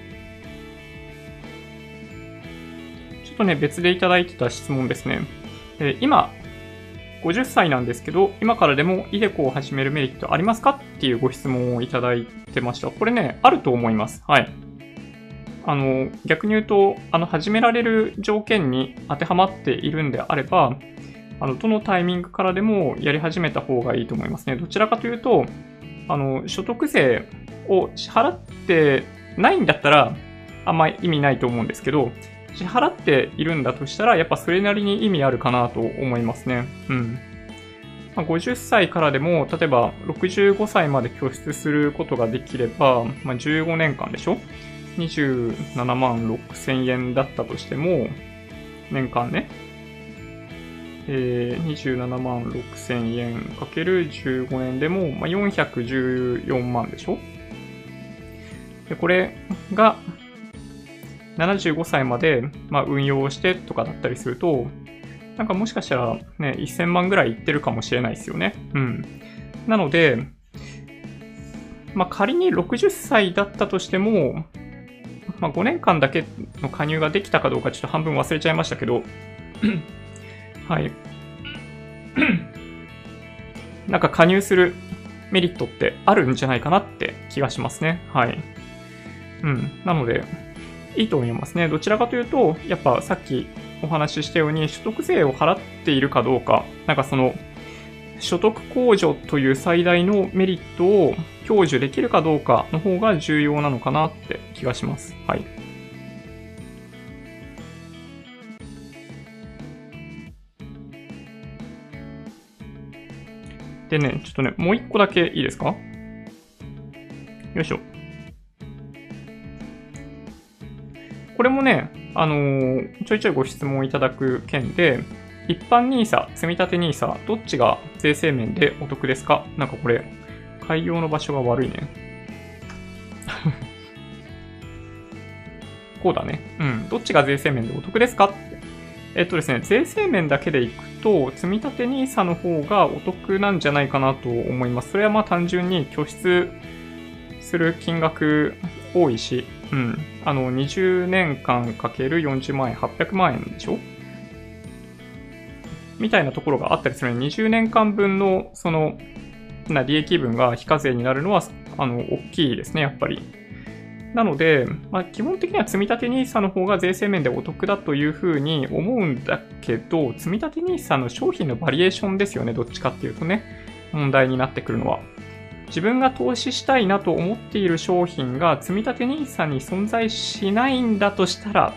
ちょっとね、別でいただいてた質問ですね。えー、今、ごじゅっさいなんですけど、今からでもイデコを始めるメリットありますかっていうご質問をいただいてました。これね、あると思います。はい。あの、逆に言うと、あの、始められる条件に当てはまっているんであれば、あの、どのタイミングからでもやり始めた方がいいと思いますね。どちらかというと、あの、所得税を支払ってないんだったら、あんまり意味ないと思うんですけど、支払っているんだとしたら、やっぱそれなりに意味あるかなと思いますね。うん。まあ、ごじゅっさいからでも、例えばろくじゅうごさいまで拠出することができれば、まあ、じゅうごねんかんでしょ ?にじゅうななまんろくせんえんだったとしても、年間ね。えー、にじゅうななまんろくせんえんかけるじゅうごねんでも、まあ、よんひゃくじゅうよんまんでしょで、これが、ななじゅうごさいまで、まあ、運用してとかだったりすると、なんかもしかしたらね、せんまんぐらいいってるかもしれないですよね。うん。なので、まあ、仮にろくじゅっさいだったとしても、まあ、ごねんかんだけの加入ができたかどうかちょっと半分忘れちゃいましたけど、はい。 なんか加入するメリットってあるんじゃないかなって気がしますね。はい。うん。なので、いいと思いますね。どちらかというと、やっぱさっきお話ししたように、所得税を払っているかどうか、なんかその、所得控除という最大のメリットを享受できるかどうかの方が重要なのかなって気がします。はい。でね、ちょっとね、もう一個だけいいですか？よいしょ。これもね、あのー、ちょいちょいご質問いただく件で、一般ニーサ、積立ニーサ、どっちが税制面でお得ですか？なんかこれ、開業の場所が悪いね。こうだね。うん。どっちが税制面でお得ですかって。えっとですね、税制面だけでいくと、積立ニーサの方がお得なんじゃないかなと思います。それはまあ単純に拠出する金額多いし、うん。あの、にじゅうねんかんかけるよんじゅうまんえん、はっぴゃくまんえんでしょみたいなところがあったりするので、にじゅうねんかんぶんの、その、な利益分が非課税になるのは、あの、大きいですね、やっぱり。なので、まあ、基本的には積立 ニーサ の方が税制面でお得だというふうに思うんだけど、積立 ニーサ の商品のバリエーションですよね、どっちかっていうとね、問題になってくるのは。自分が投資したいなと思っている商品が積立 ニーサ に存在しないんだとしたら、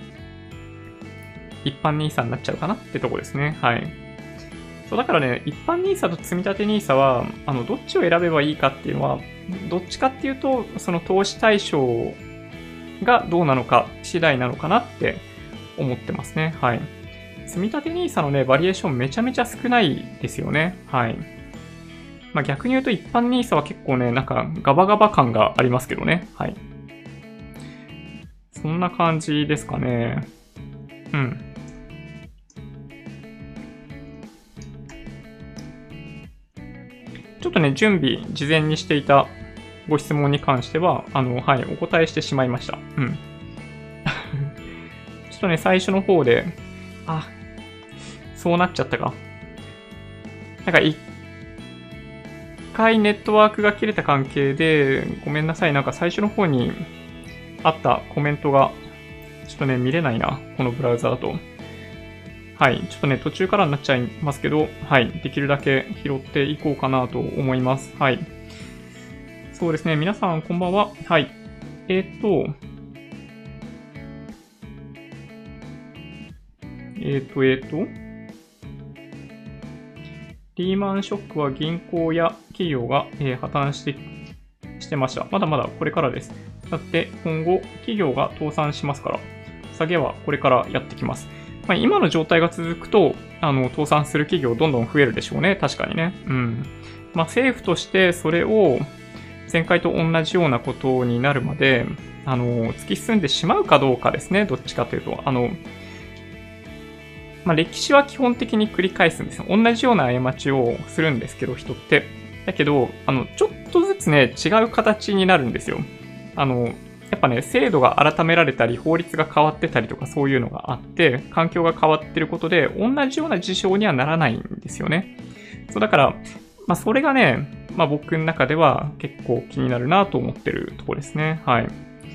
一般 ニーサ になっちゃうかなってとこですね。はい。そうだからね、一般 ニーサ と積立 ニーサ は、あの、どっちを選べばいいかっていうのは、どっちかっていうと、その投資対象がどうなのか次第なのかなって思ってますね。はい。積立 ニーサ のね、バリエーションめちゃめちゃ少ないですよね。はい。まあ、逆に言うと一般 ニーサ は結構ね、なんかガバガバ感がありますけどね。はい。そんな感じですかね。うん。ちょっとね、準備、事前にしていたご質問に関しては、あの、はい、お答えしてしまいました。うん。ちょっとね、最初の方で、あ、そうなっちゃったか。なんか一回ネットワークが切れた関係で、ごめんなさい、なんか最初の方にあったコメントが、ちょっとね、見れないな、このブラウザだと。はい。ちょっとね、途中からになっちゃいますけど、はい。できるだけ拾っていこうかなと思います。はい。そうですね。皆さん、こんばんは。はい。えー、っと、えー、っと、えー、っと、リーマンショックは銀行や企業が、えー、破綻して、してました。まだまだこれからです。だって、今後、企業が倒産しますから、下げはこれからやってきます。まあ、今の状態が続くと、あの、倒産する企業どんどん増えるでしょうね。確かにね。うん。まあ、政府としてそれを前回と同じようなことになるまで、あの、突き進んでしまうかどうかですね。どっちかというと。あの、まあ、歴史は基本的に繰り返すんですよ。同じような過ちをするんですけど、人って。だけど、あの、ちょっとずつね、違う形になるんですよ。あの、やっぱね、制度が改められたり、法律が変わってたりとかそういうのがあって、環境が変わってることで、同じような事象にはならないんですよね。そう、だから、まあ、それがね、まあ、僕の中では結構気になるなと思ってるところですね。はい。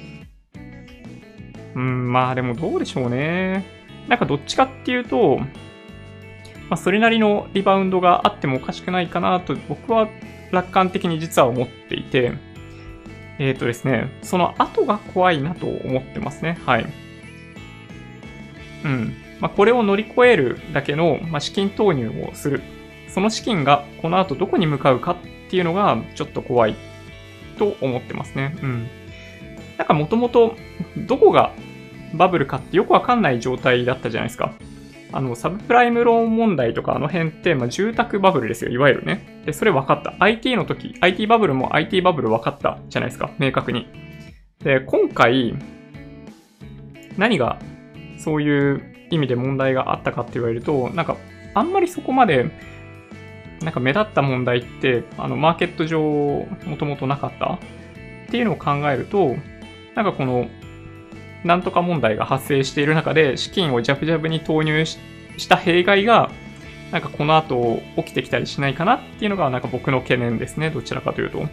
うん、まあ、でもどうでしょうね。なんかどっちかっていうと、まあ、それなりのリバウンドがあってもおかしくないかなと、僕は楽観的に実は思っていて、えっとですね、その後が怖いなと思ってますね。はい。うん。まあ、これを乗り越えるだけの、まあ、資金投入をする。その資金がこの後どこに向かうかっていうのがちょっと怖いと思ってますね。うん。なんかもともとどこがバブルかってよくわかんない状態だったじゃないですか。あの、サブプライムローン問題とかあの辺って、まあ、住宅バブルですよ、いわゆるね。で、それ分かった。アイティー の時、アイティー バブルも アイティー バブル分かったじゃないですか、明確に。で、今回、何がそういう意味で問題があったかって言われると、なんか、あんまりそこまで、なんか目立った問題って、あの、マーケット上、もともとなかったっていうのを考えると、なんかこの、なんとか問題が発生している中で資金をジャブジャブに投入した弊害がなんかこの後起きてきたりしないかなっていうのがなんか僕の懸念ですね。どちらかというと。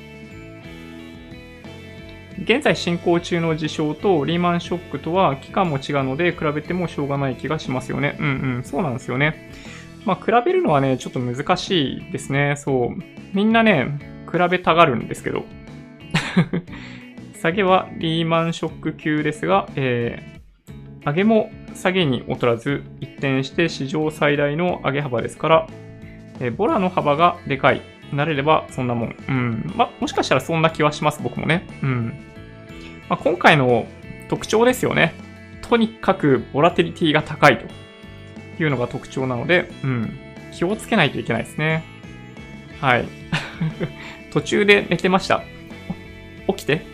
現在進行中の事象とリーマンショックとは期間も違うので比べてもしょうがない気がしますよね。うんうん、そうなんですよね。まあ比べるのはね、ちょっと難しいですね。そう。みんなね、比べたがるんですけど。下げはリーマンショック級ですが、えー、上げも下げに劣らず一転して史上最大の上げ幅ですから、えー、ボラの幅がでかい。慣れればそんなもん。うん。まあ、もしかしたらそんな気はします、僕もね。うん。まあ、今回の特徴ですよね。とにかくボラティリティが高いというのが特徴なので、うん。気をつけないといけないですね。はい。途中で寝てました。起きて。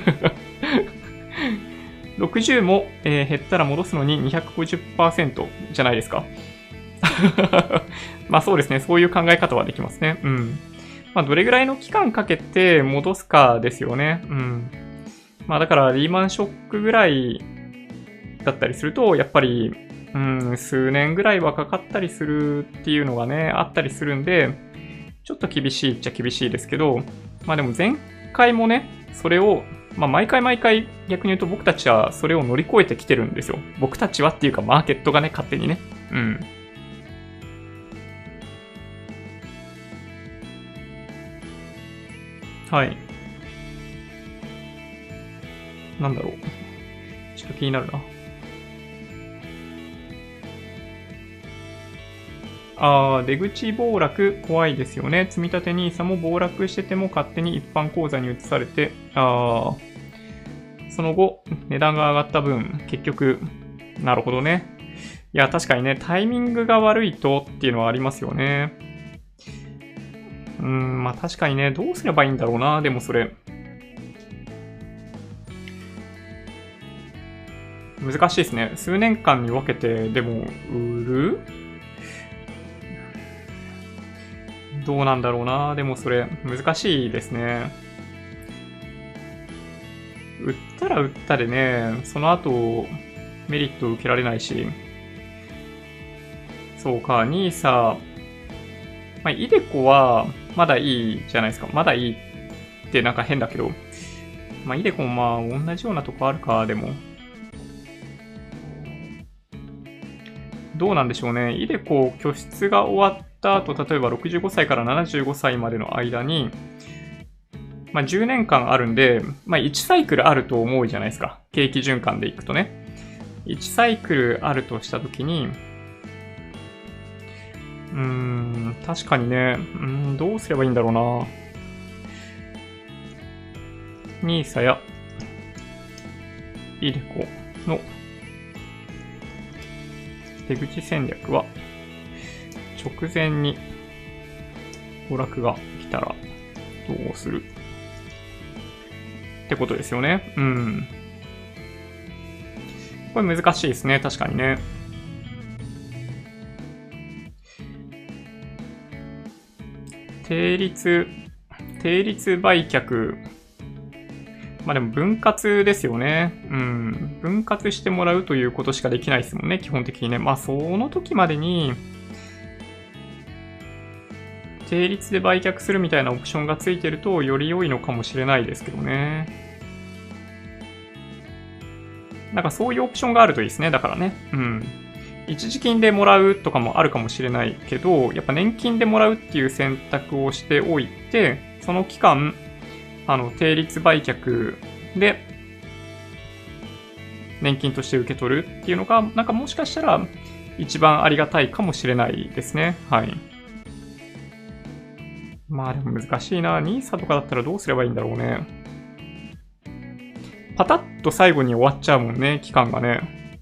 ろくじゅうも、えー、減ったら戻すのに にひゃくごじゅっパーセント じゃないですか。まあそうですね。そういう考え方はできますね。うん。まあどれぐらいの期間かけて戻すかですよね。うん。まあだからリーマンショックぐらいだったりすると、やっぱり、うん、数年ぐらいはかかったりするっていうのがね、あったりするんで、ちょっと厳しいっちゃ厳しいですけど、まあでも前回もね、それを、まあ毎回毎回逆に言うと僕たちはそれを乗り越えてきてるんですよ。僕たちはっていうかマーケットがね、勝手にね。うん。はい。なんだろう。ちょっと気になるな。あー、出口暴落怖いですよね。積立 ニーサ も暴落してても勝手に一般口座に移されて、あー、その後、値段が上がった分、結局、なるほどね。いや、確かにね、タイミングが悪いとっていうのはありますよね。うーん、まあ確かにね、どうすればいいんだろうな、でもそれ。難しいですね。数年間に分けて、でも、売るどうなんだろうな。でもそれ、難しいですね。売ったら売ったでね、その後、メリットを受けられないし。そうか、ニーサ、まあ、イデコは、まだいいじゃないですか。まだいいってなんか変だけど。まあ、イデコもまあ、同じようなとこあるか、でも。どうなんでしょうね。イデコ、拠出が終わった後、例えばろくじゅうごさいからななじゅうごさいまでの間に、まあ、じゅうねんかんあるんで、まあ、いちサイクルあると思うじゃないですか。景気循環でいくとね。いちサイクルあるとしたときに、うーん、確かにね、うーん、どうすればいいんだろうな。ニーサやイデコの出口戦略は、直前に暴落が来たらどうするってことですよね。うん。これ難しいですね。確かにね。定率、定率売却。まあでも分割ですよね。うん。分割してもらうということしかできないですもんね。基本的にね。まあその時までに、定率で売却するみたいなオプションがついてるとより良いのかもしれないですけどね。なんかそういうオプションがあるといいですね。だからね。うん。一時金でもらうとかもあるかもしれないけど、やっぱ年金でもらうっていう選択をしておいて、その期間、あの、定率売却で、年金として受け取るっていうのが、なんかもしかしたら一番ありがたいかもしれないですね。はい。まあでも難しいな。ニーサ とかだったらどうすればいいんだろうね。パタッと最後に終わっちゃうもんね、期間がね。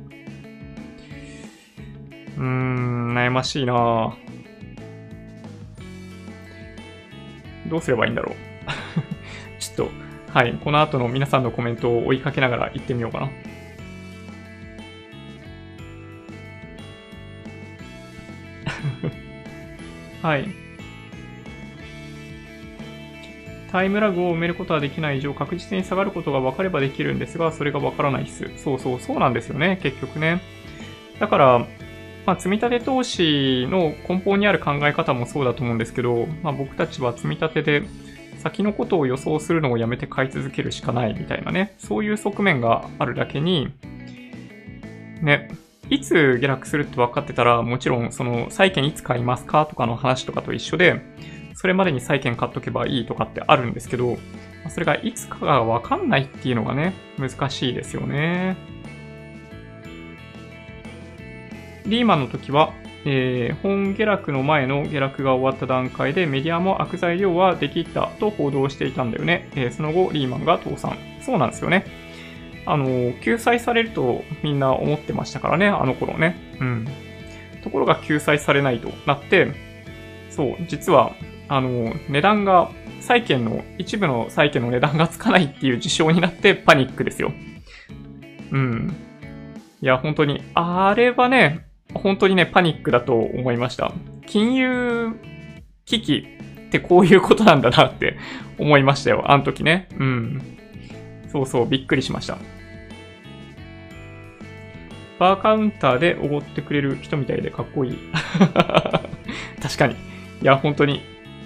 うーん、悩ましいな。どうすればいいんだろう。ちょっと、はい、この後の皆さんのコメントを追いかけながら行ってみようかな。はい。タイムラグを埋めることはできない以上、確実に下がることが分かればできるんですが、それが分からないっす。そうそう、そうなんですよね、結局ね。だから、 まあ、積み立て投資の根本にある考え方もそうだと思うんですけど、まあ、僕たちは積み立てで先のことを予想するのをやめて買い続けるしかないみたいなね、そういう側面があるだけに、ね、いつ下落するって分かってたら、もちろんその債券いつ買いますかとかの話とかと一緒で、それまでに債券買っとけばいいとかってあるんですけど、それがいつかが分かんないっていうのがね、難しいですよね。リーマンの時は、えー、本下落の前の下落が終わった段階でメディアも悪材料はできたと報道していたんだよね。えー、その後、リーマンが倒産。そうなんですよね。あの、救済されるとみんな思ってましたからね、あの頃ね。うん。ところが救済されないとなって、そう、実は、あの、値段が、債券の、一部の債券の値段がつかないっていう事象になってパニックですよ。うん。いや、本当に、あれはね、本当にね、パニックだと思いました。金融危機ってこういうことなんだなって思いましたよ、あの時ね。うん。そうそう、びっくりしました。バーカウンターでおごってくれる人みたいでかっこいい。確かに。いや、本当に。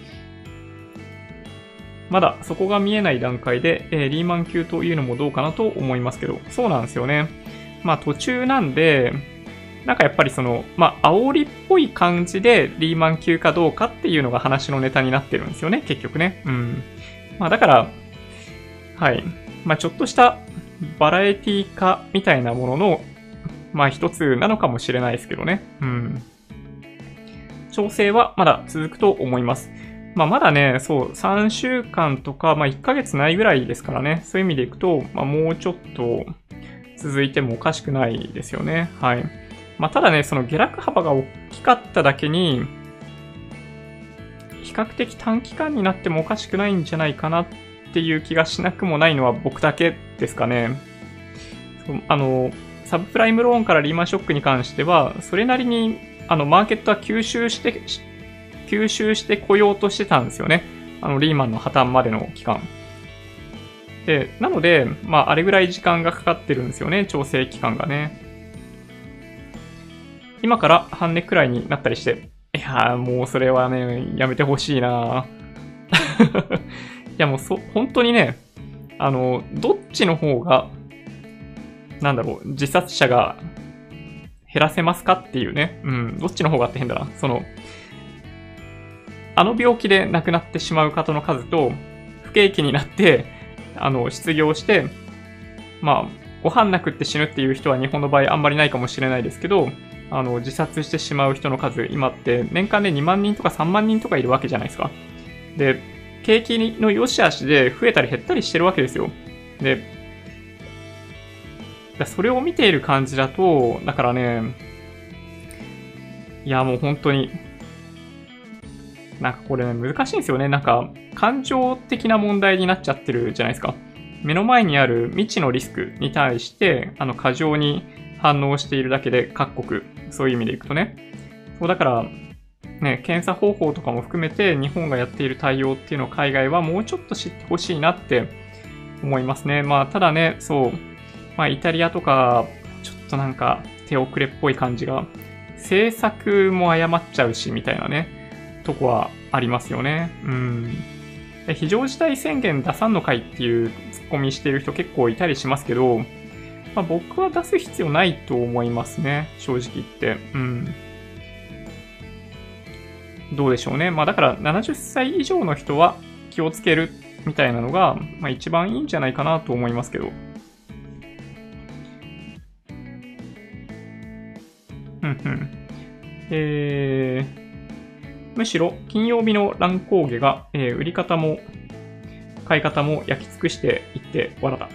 まだそこが見えない段階で、えー、リーマン級というのもどうかなと思いますけど、そうなんですよね。まあ途中なんで、なんかやっぱりその、まあ煽りっぽい感じでリーマン級かどうかっていうのが話のネタになってるんですよね、結局ね。うん。まあだから、はい。まあちょっとしたバラエティ化みたいなものの、まあ一つなのかもしれないですけどね。うん。調整はまだ続くと思います。まあまだね、そう、さんしゅうかんとか、まあいっかげつないぐらいですからね。そういう意味でいくと、まあもうちょっと続いてもおかしくないですよね。はい。まあただね、その下落幅が大きかっただけに、比較的短期間になってもおかしくないんじゃないかなっていう気がしなくもないのは僕だけですかね。あの、サブプライムローンからリーマンショックに関しては、それなりにあのマーケットは吸収して、吸収してこようとしてたんですよね。あの、リーマンの破綻までの期間。で、なので、まあ、あれぐらい時間がかかってるんですよね、調整期間がね。今から半値くらいになったりして、いやー、もうそれはね、やめてほしいな。いや、もうそ、本当にね、あの、どっちの方が、なんだろう、自殺者が減らせますかっていうね。うん、どっちの方がって変だな。その、あの病気で亡くなってしまう方の数と、不景気になって、あの、失業して、まあ、ご飯なくって死ぬっていう人は日本の場合あんまりないかもしれないですけど、あの、自殺してしまう人の数、今って年間でにまんにんとかさんまんにんとかいるわけじゃないですか。で、景気の良し悪しで増えたり減ったりしてるわけですよ。で、それを見ている感じだと、だからね、いやもう本当に、なんかこれ、ね、難しいんですよね。なんか、感情的な問題になっちゃってるじゃないですか。目の前にある未知のリスクに対して、あの、過剰に反応しているだけで、各国、そういう意味でいくとね。そう、だから、ね、検査方法とかも含めて、日本がやっている対応っていうのを海外はもうちょっと知ってほしいなって思いますね。まあ、ただね、そう、まあ、イタリアとか、ちょっとなんか、手遅れっぽい感じが、政策も誤っちゃうし、みたいなね。とこはありますよね。うん。非常事態宣言出さんのかいっていうツッコミしている人結構いたりしますけど、まあ、僕は出す必要ないと思いますね。正直言って。うん。どうでしょうね。まあだからななじゅっさい以上の人は気をつけるみたいなのが、まあ一番いいんじゃないかなと思いますけど。うんうん。えー、むしろ金曜日の乱高下が、えー、売り方も買い方も焼き尽くしていって笑った。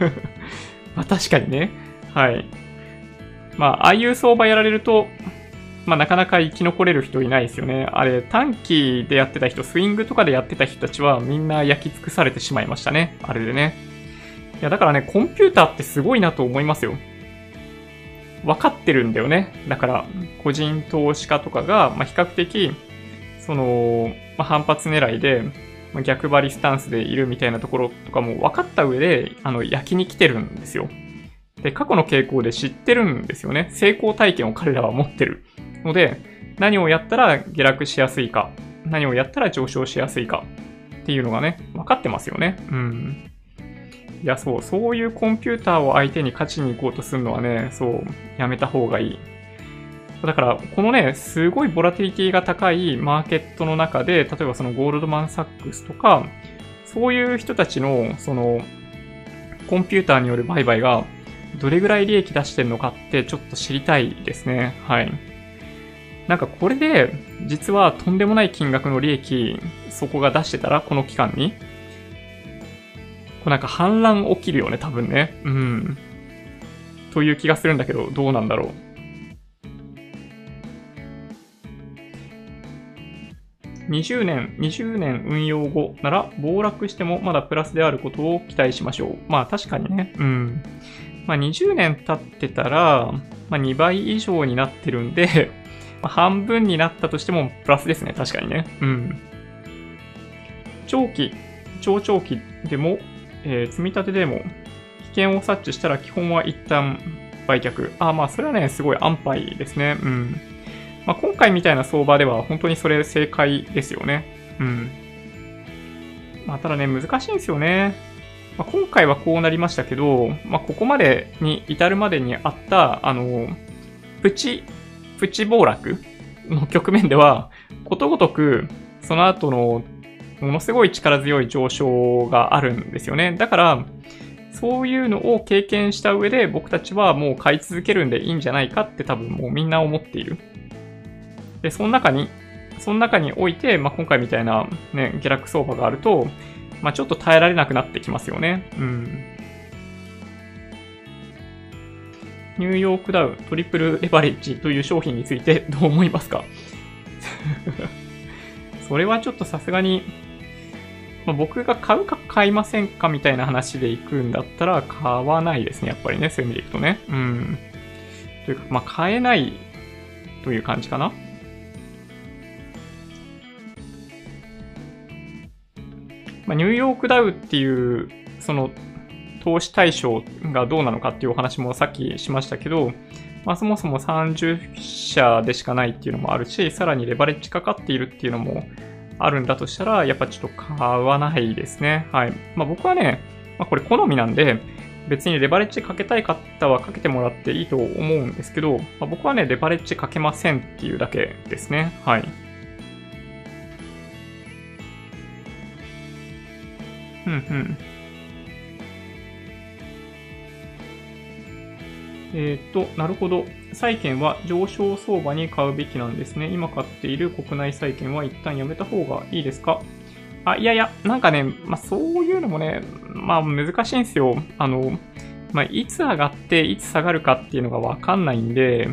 まあ確かにね。はい。まあ、ああいう相場やられると、まあなかなか生き残れる人いないですよね。あれ、短期でやってた人、スイングとかでやってた人たちはみんな焼き尽くされてしまいましたね。あれでね。いや、だからね、コンピューターってすごいなと思いますよ。分かってるんだよね。だから、個人投資家とかが、まあ比較的、その、まあ、反発狙いで、まあ、逆張りスタンスでいるみたいなところとかも分かった上で、あの、焼きに来てるんですよ。 で、過去の傾向で知ってるんですよね。成功体験を彼らは持ってるので、何をやったら下落しやすいか、何をやったら上昇しやすいかっていうのがね、分かってますよね。うん。いや、そう、そういうコンピューターを相手に勝ちに行こうとするのはね、そう、やめた方がいい。だから、このね、すごいボラティリティが高いマーケットの中で、例えばそのゴールドマン・サックスとか、そういう人たちの、その、コンピューターによる売買が、どれぐらい利益出してるのかってちょっと知りたいですね。はい。なんかこれで、実はとんでもない金額の利益、そこが出してたら、この期間に。こうなんか反乱起きるよね、多分ね。うん。という気がするんだけど、どうなんだろう。にじゅうねん、にじゅうねん運用後なら暴落してもまだプラスであることを期待しましょう。まあ確かにね。うん。まあにじゅうねん経ってたら、まあにばい以上になってるんで、まあ、半分になったとしてもプラスですね。確かにね。うん。長期、超長期でも、えー、積み立てでも、危険を察知したら基本は一旦売却。あ、まあそれはね、すごい安牌ですね。うん。まあ、今回みたいな相場では本当にそれ正解ですよね。うん。まあ、ただね、難しいんですよね。まあ、今回はこうなりましたけど、まあ、ここまでに至るまでにあった、あの、プチ、プチ暴落の局面では、ことごとく、その後の、ものすごい力強い上昇があるんですよね。だから、そういうのを経験した上で、僕たちはもう買い続けるんでいいんじゃないかって多分もうみんな思っている。で、その中に、その中において、まあ、今回みたいなね、下落相場があると、まあ、ちょっと耐えられなくなってきますよね。うん。ニューヨークダウトリプルレバレッジという商品についてどう思いますかそれはちょっとさすがに、まあ、僕が買うか買いませんかみたいな話で行くんだったら買わないですね。やっぱりね、そういう意味でいくとね。うん。というか、まあ、買えないという感じかな。まあ、ニューヨークダウっていう、その、投資対象がどうなのかっていうお話もさっきしましたけど、まあ、そもそもさんじゅっ社でしかないっていうのもあるし、さらにレバレッジかかっているっていうのもあるんだとしたら、やっぱちょっと買わないですね。はい。まあ、僕はね、まあ、これ好みなんで、別にレバレッジかけたい方はかけてもらっていいと思うんですけど、まあ、僕はね、レバレッジかけませんっていうだけですね。はい。うんうん。えっと、なるほど。債券は上昇相場に買うべきなんですね。今買っている国内債券は一旦やめた方がいいですか？あ、いやいや、なんかね、まあそういうのもね、まあ難しいんですよ。あの、まあいつ上がっていつ下がるかっていうのがわかんないんで、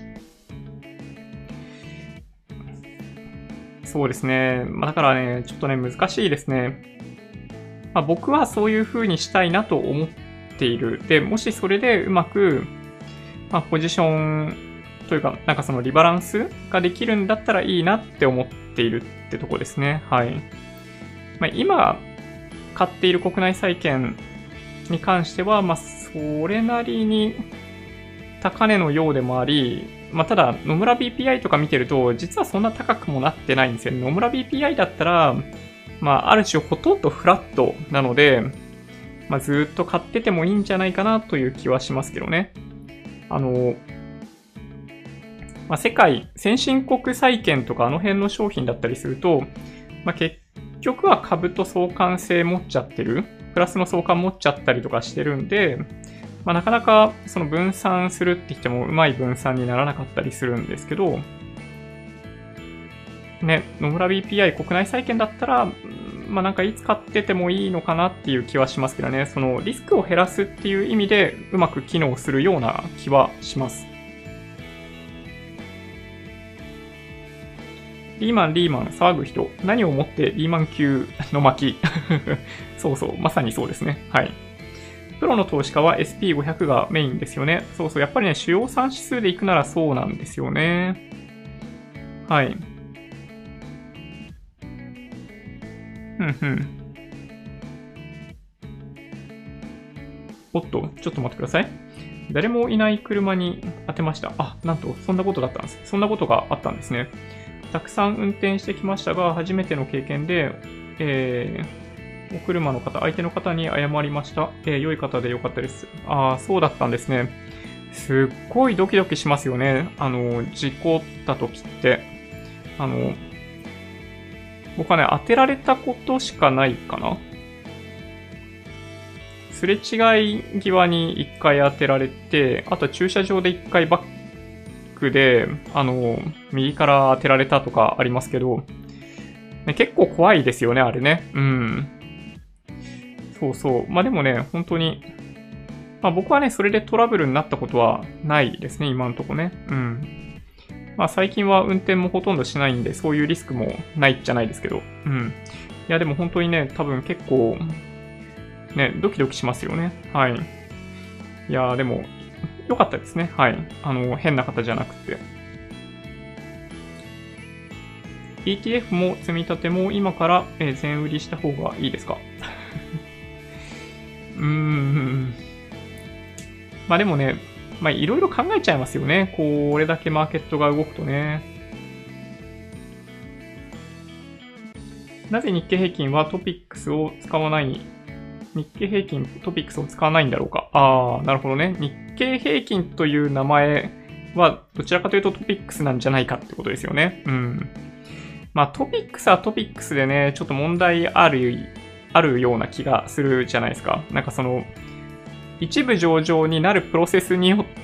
そうですね。まあだからね、ちょっとね、難しいですね。まあ僕はそういう風にしたいなと思っている。で、もしそれでうまく、まあ、ポジションというか、なんかそのリバランスができるんだったらいいなって思っているってとこですね。はい。まあ、今、買っている国内債券に関しては、まあ、それなりに高値のようでもあり、まあ、ただ、野村 ビーピーアイ とか見てると、実はそんな高くもなってないんですよね。野村 ビーピーアイ だったら、まあ、ある種ほとんどフラットなので、まあ、ずっと買っててもいいんじゃないかなという気はしますけどね。あの、まあ、世界、先進国債券とかあの辺の商品だったりすると、まあ、結局は株と相関性持っちゃってる、プラスの相関持っちゃったりとかしてるんで、まあ、なかなかその分散するって言ってもうまい分散にならなかったりするんですけど、ね、野村 ビーピーアイ 国内債券だったら、まあなんかいつ買っててもいいのかなっていう気はしますけどね、そのリスクを減らすっていう意味でうまく機能するような気はします。リーマン、リーマン、騒ぐ人。何をもってリーマン級の巻そうそう、まさにそうですね。はい。プロの投資家は エスピーごひゃく がメインですよね。そうそう、やっぱりね、主要さん指数で行くならそうなんですよね。はい。うんうん。おっと、ちょっと待ってください。 誰もいない車に当てました。あ、なんと、そんなことだったんです。そんなことがあったんですね。たくさん運転してきましたが、初めての経験で、えー、お車の方、相手の方に謝りました。えー、良い方で良かったです。ああ、そうだったんですね。すっごいドキドキしますよね。あの、事故った時って。あの、僕はね、当てられたことしかないかな。すれ違い際に一回当てられて、あとは駐車場で一回バックで、あの、右から当てられたとかありますけど、ね、結構怖いですよね、あれね。うん。そうそう。まあでもね、本当に、まあ僕はね、それでトラブルになったことはないですね、今んとこね。うん。まあ最近は運転もほとんどしないんで、そういうリスクもないじゃないですけど。うん。いやでも本当にね、多分結構、ね、ドキドキしますよね。はい。いやでも、良かったですね。はい。あの、変な方じゃなくて。イーティーエフ も積み立ても今から全売りした方がいいですか？うーん。まあでもね、まあいろいろ考えちゃいますよね。これだけマーケットが動くとね。なぜ日経平均はトピックスを使わない、日経平均トピックスを使わないんだろうか。ああ、なるほどね。日経平均という名前はどちらかというとトピックスなんじゃないかってことですよね。うん。まあトピックスはトピックスでね、ちょっと問題ある、あるような気がするじゃないですか。なんかその、一部上場になるプロセスによって、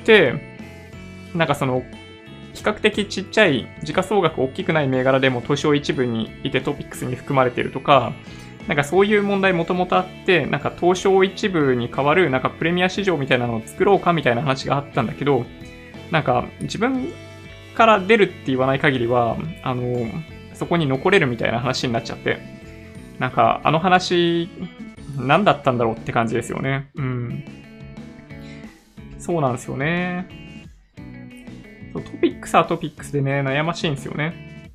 なんかその、比較的ちっちゃい、時価総額大きくない銘柄でも東証一部にいてトピックスに含まれているとか、なんかそういう問題もともとあって、なんか東証一部に代わるなんかプレミア市場みたいなのを作ろうかみたいな話があったんだけど、なんか自分から出るって言わない限りは、あの、そこに残れるみたいな話になっちゃって、なんかあの話、何だったんだろうって感じですよね。うん。そうなんですよね。トピックスはトピックスでね、悩ましいんですよね。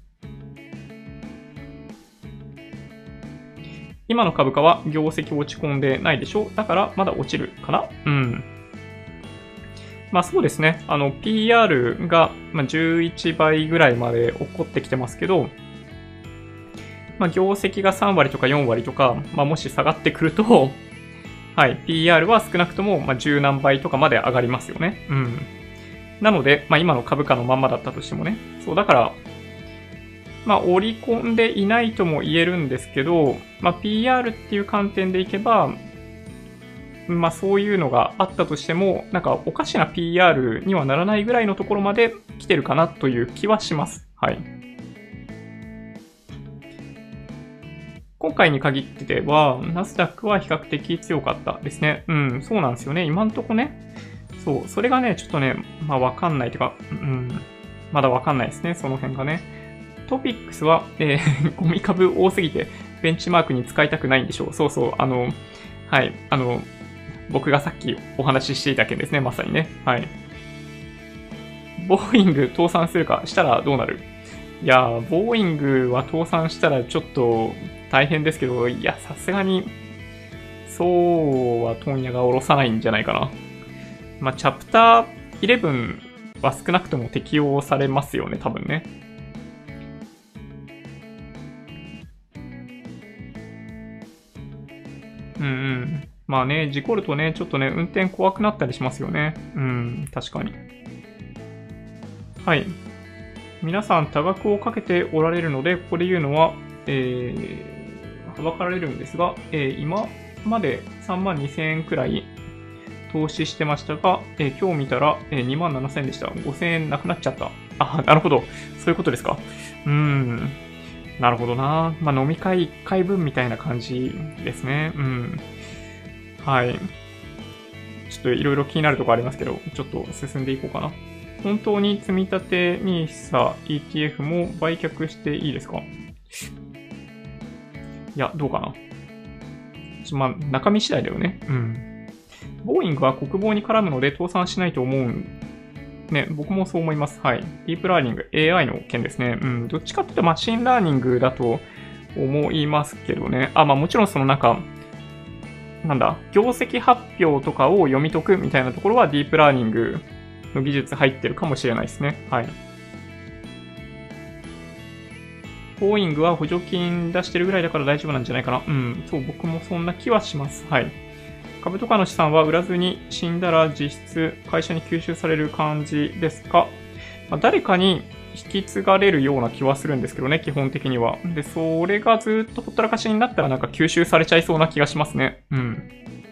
今の株価は業績落ち込んでないでしょ？だからまだ落ちるかな？うん。まあそうですね。あの、ピーアール がじゅういちばいぐらいまで起こってきてますけど、まあ業績がさんわりとかよんわりとか、まあもし下がってくると、はい、ピーアール は少なくともまあじゅう何倍とかまで上がりますよね。うん。なので、まあ今の株価のまんまだったとしてもね。そう、だから、まあ織り込んでいないとも言えるんですけど、まあ ピーアール っていう観点でいけば、まあそういうのがあったとしても、なんかおかしな ピーアール にはならないぐらいのところまで来てるかなという気はします。はい。今回に限っては、ナスダックは比較的強かったですね。うん、そうなんですよね。今んとこね。そう、それがね、ちょっとね、まあわかんないというか、うん、まだわかんないですね、その辺がね。トピックスは、えー、ゴミ株多すぎて、ベンチマークに使いたくないんでしょう。そうそう、あの、はい、あの、僕がさっきお話ししていた件ですね、まさにね。はい。ボーイング倒産するかしたらどうなる？いやー、ボーイングは倒産したらちょっと大変ですけど、いや、さすがに、そうは問屋が下ろさないんじゃないかな。まあ、チャプターじゅういちは少なくとも適用されますよね、多分ね。うんうん。まあね、事故るとね、ちょっとね、運転怖くなったりしますよね。うん、確かに。はい。皆さん多額をかけておられるので、ここで言うのは、えー、はばかられるんですが、えー、今までさんまんにせんえんくらい投資してましたが、えー、今日見たら、えー、にまんななせんでした。ごせんえんなくなっちゃった。あ、なるほど。そういうことですか。うーん。なるほどな。まあ、飲み会いっかいぶんみたいな感じですね。うん。はい。ちょっといろいろ気になるところありますけど、ちょっと進んでいこうかな。本当に積み立て ニーサ イーティーエフ も売却していいですか？いや、どうかな。ちょまあ、中身次第だよね。うん。ボーイングは国防に絡むので倒産しないと思うんね、僕もそう思います。はい。ディープラーニング、エーアイ の件ですね。うん。どっちかっていうとマシンラーニングだと思いますけどね。あ、まあもちろんそのなんか、 なんだ、業績発表とかを読み解くみたいなところはディープラーニングの技術入ってるかもしれないですね。はい。ボーイングは補助金出してるぐらいだから大丈夫なんじゃないかな。うん、そう、僕もそんな気はします。はい。株とかの資産は売らずに死んだら実質会社に吸収される感じですか？まあ、誰かに引き継がれるような気はするんですけどね、基本的には。で、それがずっとほったらかしになったらなんか吸収されちゃいそうな気がしますね。うん。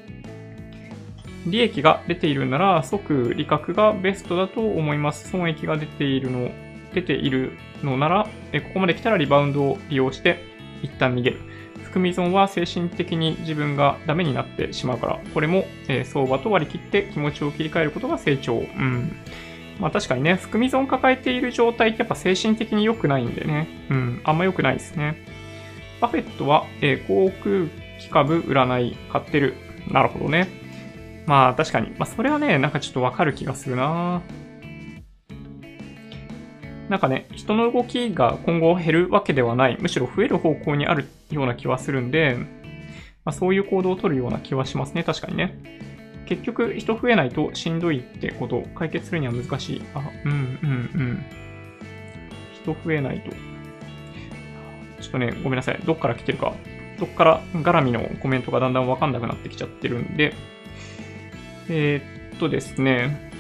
利益が出ているなら即利確がベストだと思います。損益が出ているの、出ているのなら、えここまで来たらリバウンドを利用して一旦逃げる。含み損は精神的に自分がダメになってしまうから、これも、えー、相場と割り切って気持ちを切り替えることが成長。うん。まあ確かにね、含み損抱えている状態ってやっぱ精神的に良くないんでね。うん。あんま良くないですね。バフェットは、えー、航空機株占い買ってる。なるほどね。まあ確かに。まあそれはね、なんかちょっとわかる気がするな。なんかね、人の動きが今後減るわけではない。むしろ増える方向にあるような気はするんで、まあ、そういう行動を取るような気はしますね。確かにね。結局、人増えないとしんどいってことを解決するには難しい。あ、うんうんうん。人増えないと。ちょっとね、ごめんなさい。どっから来てるか。どっから絡みのコメントがだんだんわかんなくなってきちゃってるんで。えー、っとですね。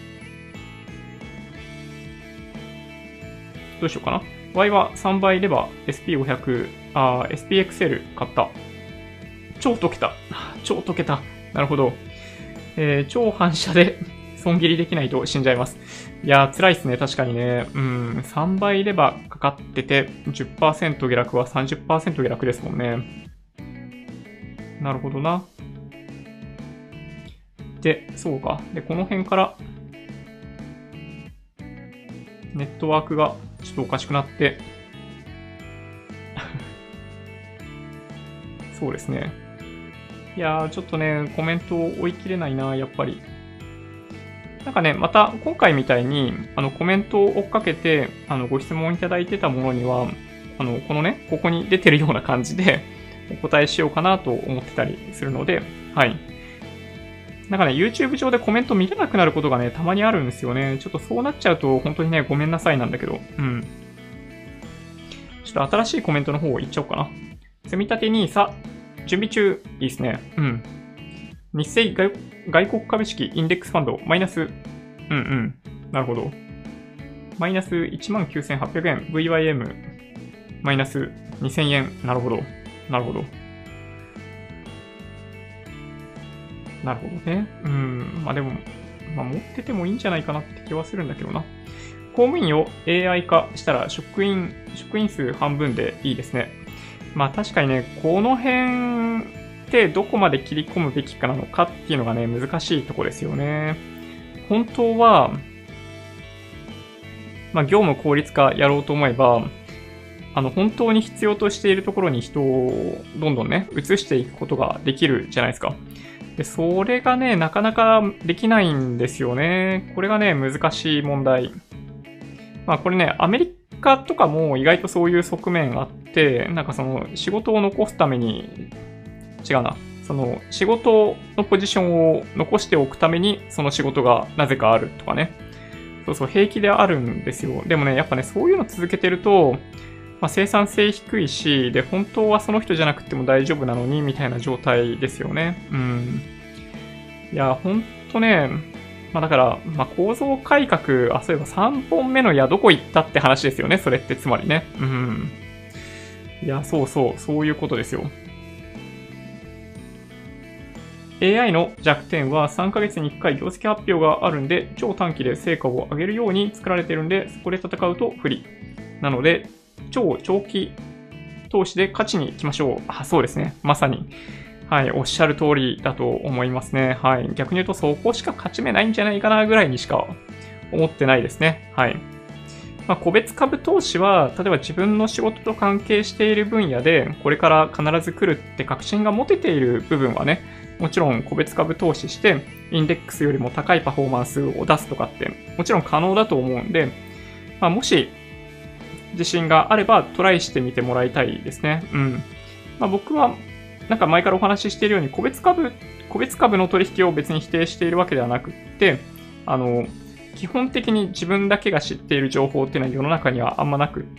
どうしようかな。Y はさんばいレバー エスピーごひゃく、あ、エスピーエックスエル 買った。超溶けた。超溶けた。なるほど。えー、超反射で損切りできないと死んじゃいます。いやー、辛いっすね。確かにね。うん、さんばいレバーかかってて、じゅっパーセント 下落は さんじゅっパーセント 下落ですもんね。なるほどな。で、そうか。で、この辺から、ネットワークがちょっとおかしくなって、そうですね。いやー、ちょっとね、コメントを追い切れないな、やっぱり。なんかね、また今回みたいに、あの、コメントを追っかけて、あの、ご質問いただいてたものには、あの、このね、ここに出てるような感じで、お答えしようかなと思ってたりするので、はい。なんかね、YouTube 上でコメント見れなくなることがね、たまにあるんですよね。ちょっとそうなっちゃうと、本当にね、ごめんなさいなんだけど、うん。ちょっと新しいコメントの方を言っちゃおうかな。積み立てニーサ、準備中、いいですね。うん。日清外外国株式インデックスファンド、マイナス、うんうん。なるほど。マイナス いちまんきゅうせんはっぴゃくえん、ブイワイエム、マイナスにせんえん。なるほど。なるほど。なるほどね。うん。まあでも、まあ持っててもいいんじゃないかなって気はするんだけどな。公務員を エーアイ 化したら職員、職員数半分でいいですね。まあ確かにね、この辺ってどこまで切り込むべきかなのかっていうのがね、難しいとこですよね。本当は、まあ業務効率化やろうと思えば、あの本当に必要としているところに人をどんどんね、移していくことができるじゃないですか。で、それがね、なかなかできないんですよね。これがね、難しい問題。まあこれね、アメリカとかも意外とそういう側面あって、なんかその仕事を残すために、違うな。その仕事のポジションを残しておくために、その仕事がなぜかあるとかね。そうそう、平気であるんですよ。でもね、やっぱね、そういうの続けてると、まあ、生産性低いし、で、本当はその人じゃなくても大丈夫なのに、みたいな状態ですよね。うん。いや、ほんとね、まあだから、まあ構造改革、あ、そういえばさんぼんめの矢どこ行ったって話ですよね、それってつまりね。うん。いや、そうそう、そういうことですよ。エーアイ の弱点はさんかげつにいっかい業績発表があるんで、超短期で成果を上げるように作られてるんで、そこで戦うと不利。なので、超長期投資で勝ちに行きましょう。あ、そうですね。まさに。はい、おっしゃる通りだと思いますね。はい。逆に言うと、そこしか勝ち目ないんじゃないかなぐらいにしか思ってないですね。はい。まあ、個別株投資は、例えば自分の仕事と関係している分野で、これから必ず来るって確信が持てている部分はね、もちろん個別株投資して、インデックスよりも高いパフォーマンスを出すとかって、もちろん可能だと思うんで、まあ、もし、自信があればトライしてみてもらいたいですね。うん。まあ、僕はなんか前からお話ししているように、個別株、個別株の取引を別に否定しているわけではなくって、あの、基本的に自分だけが知っている情報っていうのは世の中にはあんまなくって、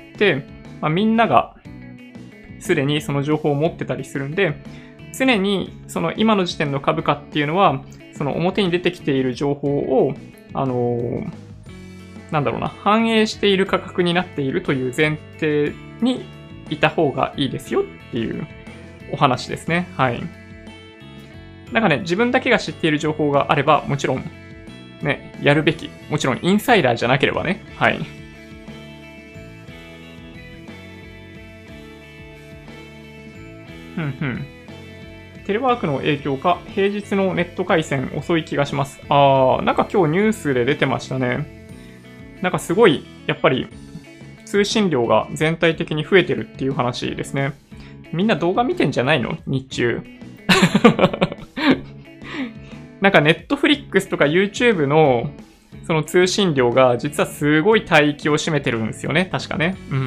まあ、みんながすでにその情報を持ってたりするんで、常にその今の時点の株価っていうのは、その表に出てきている情報を、あのー、なんだろうな、反映している価格になっているという前提にいた方がいいですよっていうお話ですね。はい。なんかね、自分だけが知っている情報があれば、もちろん、ね、やるべき。もちろん、インサイダーじゃなければね。はい。ふんふん。テレワークの影響か、平日のネット回線遅い気がします。あー、なんか今日ニュースで出てましたね。なんかすごい、やっぱり、通信量が全体的に増えてるっていう話ですね。みんな動画見てんじゃないの？日中。なんかネットフリックスとか YouTube のその通信量が実はすごい帯域を占めてるんですよね。確かね。うん。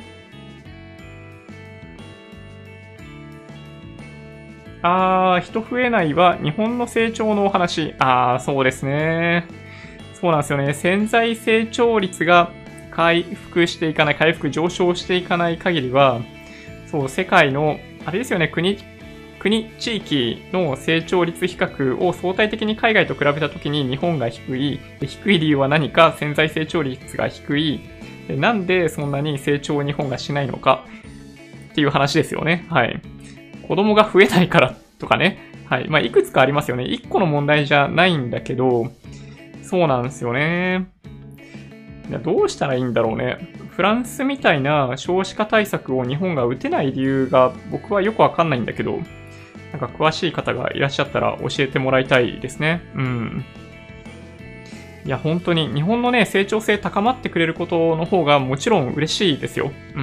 あー、人増えないは日本の成長のお話。あー、そうですね。そうなんですよね。潜在成長率が回復していかない、回復上昇していかない限りは、そう、世界の、あれですよね、国、国、地域の成長率比較を相対的に海外と比べたときに日本が低い。低い理由は何か、潜在成長率が低い。なんでそんなに成長を日本がしないのかっていう話ですよね。はい。子供が増えないからとかね。はい。まあ、いくつかありますよね。一個の問題じゃないんだけど、そうなんですよね。いや、どうしたらいいんだろうね。フランスみたいな少子化対策を日本が打てない理由が僕はよくわかんないんだけど、なんか詳しい方がいらっしゃったら教えてもらいたいですね。うん。いや、本当に日本のね、成長性高まってくれることの方がもちろん嬉しいですよ。うん。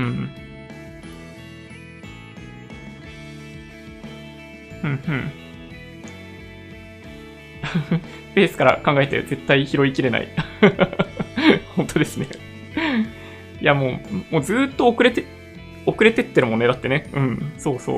うんうん。ベースから考えて絶対拾いきれない。本当ですね。いやもう、もうずーっと遅れて、遅れてってるもんね。だってね。うん、そうそう。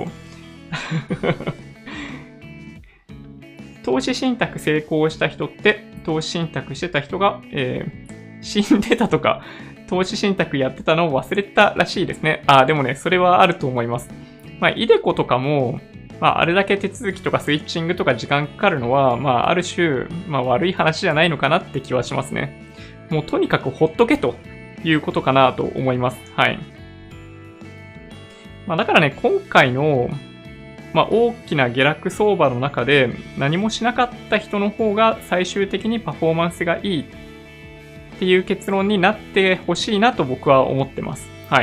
投資信託成功した人って、投資信託してた人が、えー、死んでたとか、投資信託やってたのを忘れたらしいですね。ああ、でもね、それはあると思います。まあ、イデコとかも、まあ、あれだけ手続きとかスイッチングとか時間かかるのは、まあ、ある種、まあ、悪い話じゃないのかなって気はしますね。もうとにかくほっとけということかなと思います。はい。まあ、だからね、今回の、まあ、大きな下落相場の中で何もしなかった人の方が最終的にパフォーマンスがいいっていう結論になってほしいなと僕は思ってます。はい。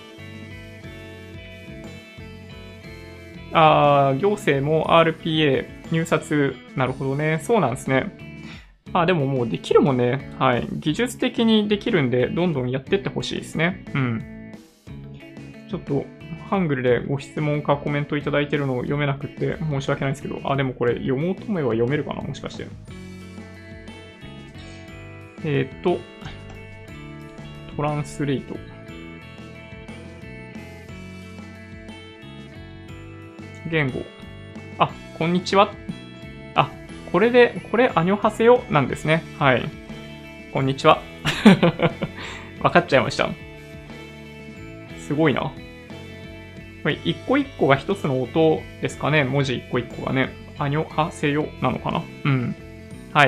あー、行政も アールピーエー 入札、なるほどね。そうなんですね。あ、でももうできるもんね。はい。技術的にできるんで、どんどんやってってほしいですね。うん。ちょっと、ハングルでご質問かコメントいただいてるのを読めなくって申し訳ないんですけど、あ、でもこれ読もうと思えば読めるかなもしかして。えっと、トランスレート。言語。あ、こんにちは。あ、これで、これ、アニョハセヨなんですね。はい。こんにちは。わかっちゃいました。すごいな。これ、一個一個が一つの音ですかね。文字一個一個がね。アニョハセヨなのかな。うん。はい。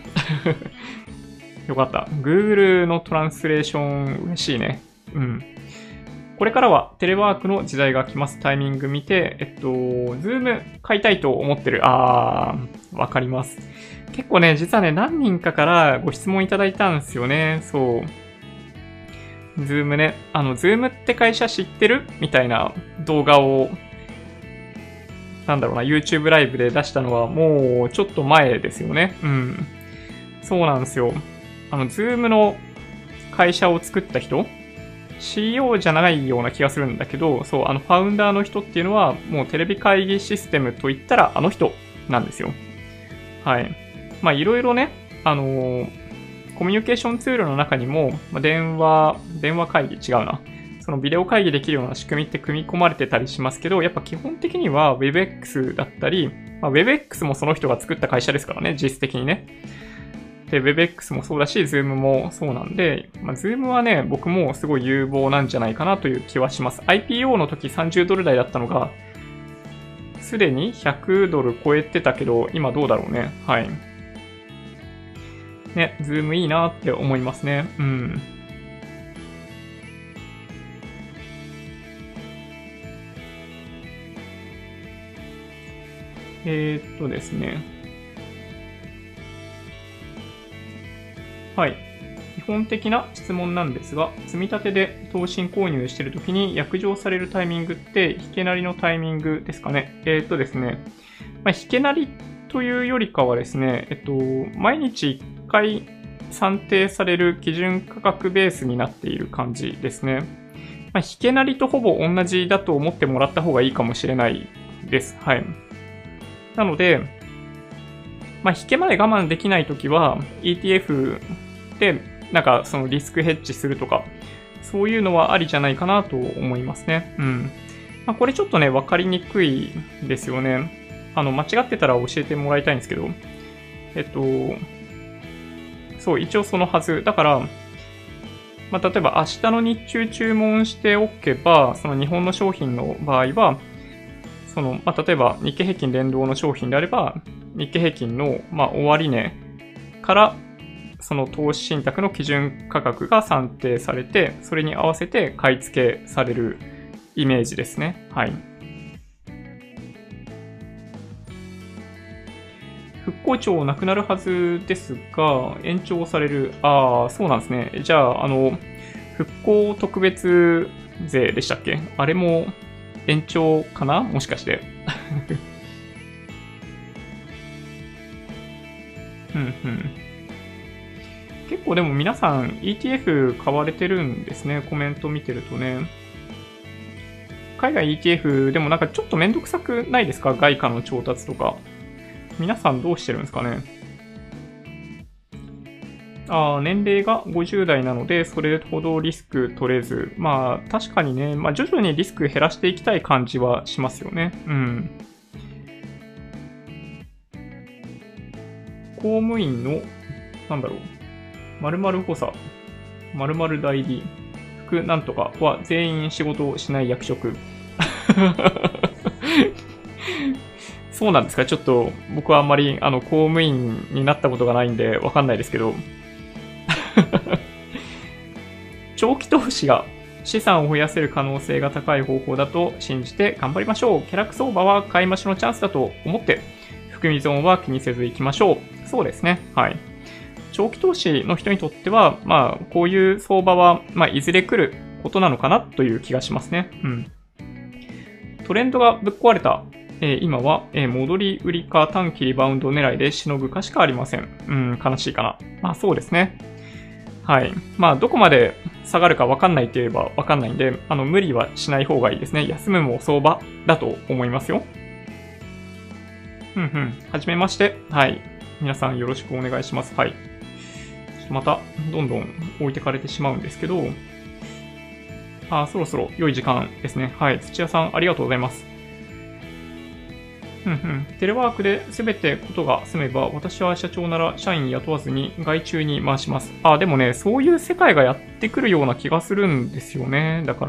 よかった。Google のトランスレーション嬉しいね。うん。これからはテレワークの時代が来ますタイミング見て、えっと、Zoom 買いたいと思ってる。あー、わかります。結構ね、実はね、何人かからご質問いただいたんですよね。そう。Zoom ね。あの、Zoom って会社知ってるみたいな動画を、なんだろうな、YouTube ライブで出したのはもうちょっと前ですよね。うん。そうなんですよ。あの、Zoom の会社を作った人シーイーオー じゃないような気がするんだけど、そう、あの、ファウンダーの人っていうのは、もうテレビ会議システムといったらあの人なんですよ。はい。まあ、いろいろね、あのー、コミュニケーションツールの中にも、まあ、電話、電話会議違うな。そそのビデオ会議できるような仕組みって組み込まれてたりしますけど、やっぱ基本的には WebEx だったり、まあ、WebEx もその人が作った会社ですからね、実質的にね。で、WebEx もそうだし、Zoom もそうなんで、まあ、Zoom はね、僕もすごい有望なんじゃないかなという気はします。アイピーオー の時さんじゅうドル台だったのが、すでにひゃくドル超えてたけど、今どうだろうね。はい。ね、Zoom いいなって思いますね。うん。えー、っとですね。はい。基本的な質問なんですが、積み立てで投資購入しているときに約定されるタイミングって、引けなりのタイミングですかね。えー、っとですね。まあ、引けなりというよりかはですね、えっと、毎日いっかい算定される基準価格ベースになっている感じですね。まあ、引けなりとほぼ同じだと思ってもらった方がいいかもしれないです。はい。なので、まあ、引けまで我慢できないときは イーティーエフ でなんかそのリスクヘッジするとか、そういうのはありじゃないかなと思いますね。うん。まあ、これちょっとね、わかりにくいですよね。あの、間違ってたら教えてもらいたいんですけど、えっと、そう、一応そのはず。だから、まあ、例えば明日の日中注文しておけば、その日本の商品の場合は、その、まあ、例えば日経平均連動の商品であれば、日経平均の、まあ、終値から、その投資信託の基準価格が算定されて、それに合わせて買い付けされるイメージですね。はい。復興庁なくなるはずですが、延長される。ああ、そうなんですね。じゃあ、あの、復興特別税でしたっけ？あれも延長かな？もしかして。うんうん。結構でも皆さん イーティーエフ 買われてるんですね。コメント見てるとね。海外 イーティーエフ でもなんかちょっとめんどくさくないですか？外貨の調達とか。皆さんどうしてるんですかね。ああ、年齢がごじゅう代なので、それほどリスク取れず。まあ、確かにね、まあ徐々にリスク減らしていきたい感じはしますよね。うん。公務員の、なんだろう。〇〇補佐、〇〇代理、副なんとかは全員仕事をしない役職。そうなんですか？ちょっと僕はあんまりあの公務員になったことがないんでわかんないですけど。長期投資が資産を増やせる可能性が高い方法だと信じて頑張りましょう。下落相場は買い増しのチャンスだと思って、含み損は気にせずいきましょう。そうですね。はい。長期投資の人にとっては、まあ、こういう相場は、まあ、いずれ来ることなのかなという気がしますね。うん。トレンドがぶっ壊れた、えー、今は、えー、戻り売りか短期リバウンド狙いでしのぐかしかありません。うん、悲しいかな。まあ、そうですね。はい。まあ、どこまで下がるか分かんないといえば分かんないんで、あの、無理はしない方がいいですね。休むも相場だと思いますよ。うんうん。はじめまして。はい。皆さんよろしくお願いします。はい。また、どんどん置いてかれてしまうんですけど、あ、そろそろ良い時間ですね。はい。土屋さん、ありがとうございます。うんうん。テレワークで全てことが済めば、私は社長なら社員雇わずに外注に回します。あ、でもね、そういう世界がやってくるような気がするんですよね。だから、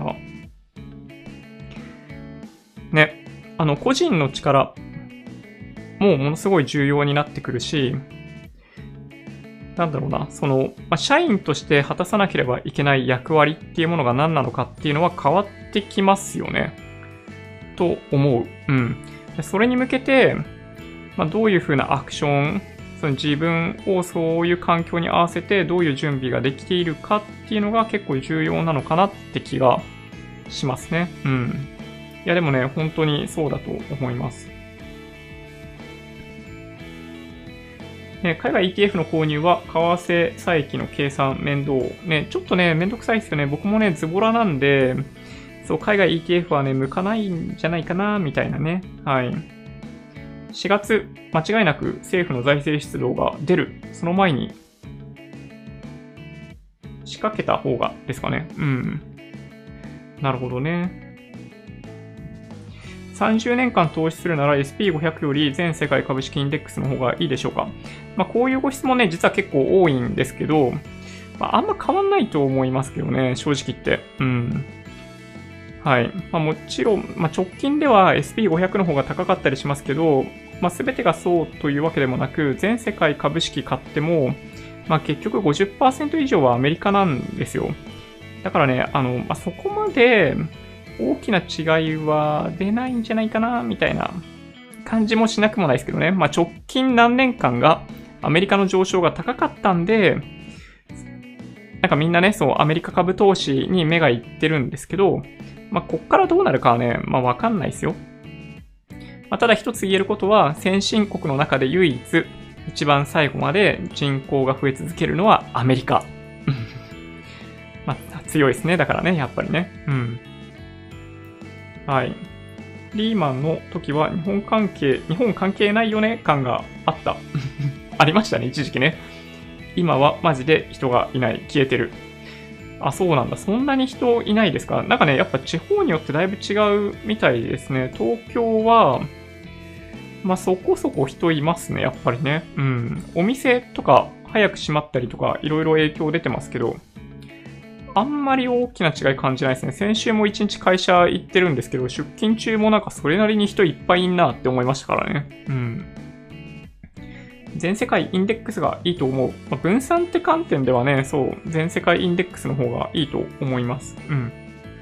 ね、あの、個人の力、もうものすごい重要になってくるし、なんだろうな、その、まあ、社員として果たさなければいけない役割っていうものが何なのかっていうのは変わってきますよね。と思う。うん。それに向けて、まあ、どういうふうなアクション、その自分をそういう環境に合わせてどういう準備ができているかっていうのが結構重要なのかなって気がしますね。うん。いやでもね、本当にそうだと思います。ね、海外 イーティーエフ の購入は、為替差益の計算面倒。ね、ちょっとね、めんどくさいですよね。僕もね、ズボラなんで、そう、海外 イーティーエフ はね、向かないんじゃないかな、みたいなね。はい。しがつ、間違いなく政府の財政出動が出る。その前に、仕掛けた方がですかね。うん。 なるほどね。さんじゅうねんかん投資するなら エスピーごひゃく より全世界株式インデックスの方がいいでしょうか。まあ、こういうご質問ね、実は結構多いんですけど、まあ、あんま変わんないと思いますけどね、正直言って。うん。はい。まあ、もちろん、まあ、直近では エスピーごひゃく の方が高かったりしますけど、まあ、全てがそうというわけでもなく、全世界株式買っても、まあ、結局 ごじゅっパーセント 以上はアメリカなんですよ。だからね、あの、まあ、そこまで大きな違いは出ないんじゃないかな、みたいな感じもしなくもないですけどね。まあ、直近何年間がアメリカの上昇が高かったんで、なんかみんなね、そう、アメリカ株投資に目がいってるんですけど、まあ、こっからどうなるかはね、まあ、わかんないですよ。まあ、ただ一つ言えることは、先進国の中で唯一、一番最後まで人口が増え続けるのはアメリカ。まあ、強いですね。だからね、やっぱりね。うん。はい。リーマンの時は日本関係、日本関係ないよね感があった。ありましたね、一時期ね。今はマジで人がいない。消えてる。あ、そうなんだ。そんなに人いないですか？なんかね、やっぱ地方によってだいぶ違うみたいですね。東京は、まあそこそこ人いますね、やっぱりね。うん。お店とか早く閉まったりとか、いろいろ影響出てますけど、あんまり大きな違い感じないですね。先週も一日会社行ってるんですけど、出勤中もなんかそれなりに人いっぱいいんなって思いましたからね。うん。全世界インデックスがいいと思う。まあ、分散って観点ではね、そう、全世界インデックスの方がいいと思います。うん。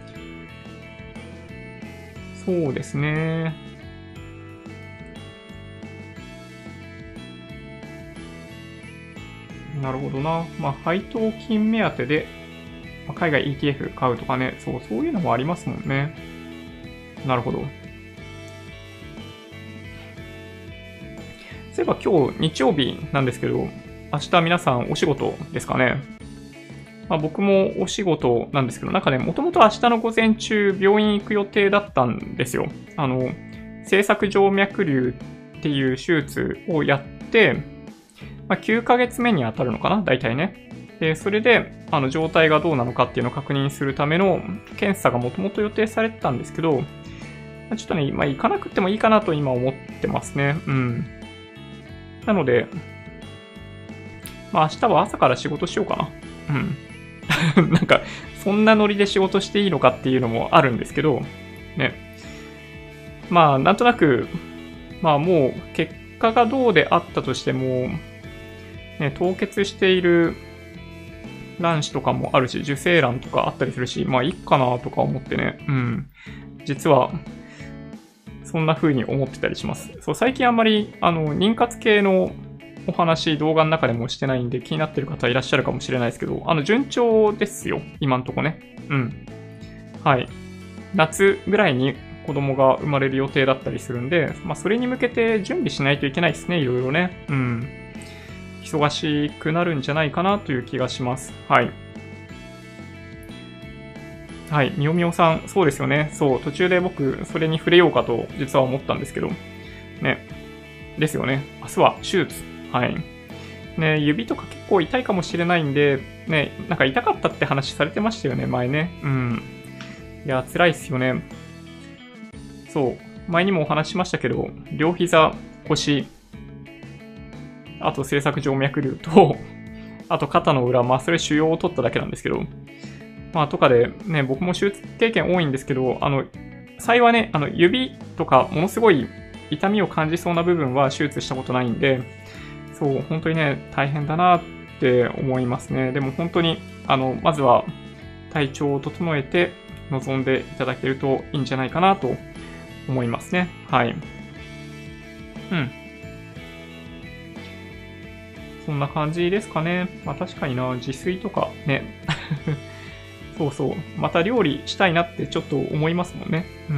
そうですね。なるほどな。まあ、配当金目当てで、まあ、海外 イーティーエフ 買うとかね、そう、そういうのもありますもんね。なるほど。そういえば今日日曜日なんですけど、明日皆さんお仕事ですかね。まあ、僕もお仕事なんですけど、なんかね、もともと明日の午前中病院行く予定だったんですよ。あの、静脈静脈瘤っていう手術をやって、まあ、きゅうかげつめに当たるのかな、大体ね。で、それで、あの、状態がどうなのかっていうのを確認するための検査がもともと予定されてたんですけど、ちょっとね、まあ、行かなくてもいいかなと今思ってますね。うん。なので、まあ明日は朝から仕事しようかな。うん。なんか、そんなノリで仕事していいのかっていうのもあるんですけど、ね。まあ、なんとなく、まあもう、結果がどうであったとしても、ね、凍結している卵子とかもあるし、受精卵とかあったりするし、まあいいかなとか思ってね。うん。実は、そんな風に思ってたりします。そう、最近あんまり、あの、妊活系のお話、動画の中でもしてないんで気になってる方いらっしゃるかもしれないですけど、あの、順調ですよ。今んとこね。うん。はい。夏ぐらいに子供が生まれる予定だったりするんで、まあ、それに向けて準備しないといけないですね。いろいろね。うん。忙しくなるんじゃないかなという気がします。はい。はい。みおみおさん、そうですよね。そう、途中で僕、それに触れようかと実は思ったんですけど、ね。ですよね。明日は手術。はい。ね、指とか結構痛いかもしれないんで、ね、なんか痛かったって話されてましたよね、前ね。うん。いや、辛いっすよね。そう。前にもお話ししましたけど、両膝、腰、あと静脈静脈瘤と、あと肩の裏、まあそれ腫瘍を取っただけなんですけど、まあとかでね、僕も手術経験多いんですけど、あの、幸いね、あの指とかものすごい痛みを感じそうな部分は手術したことないんで、そう、本当にね、大変だなって思いますね。でも本当に、あの、まずは体調を整えて臨んでいただけるといいんじゃないかなと思いますね。はい。うん。そんな感じですかね。まあ確かにな、自炊とかね。そうそう。また料理したいなってちょっと思いますもんね。うん。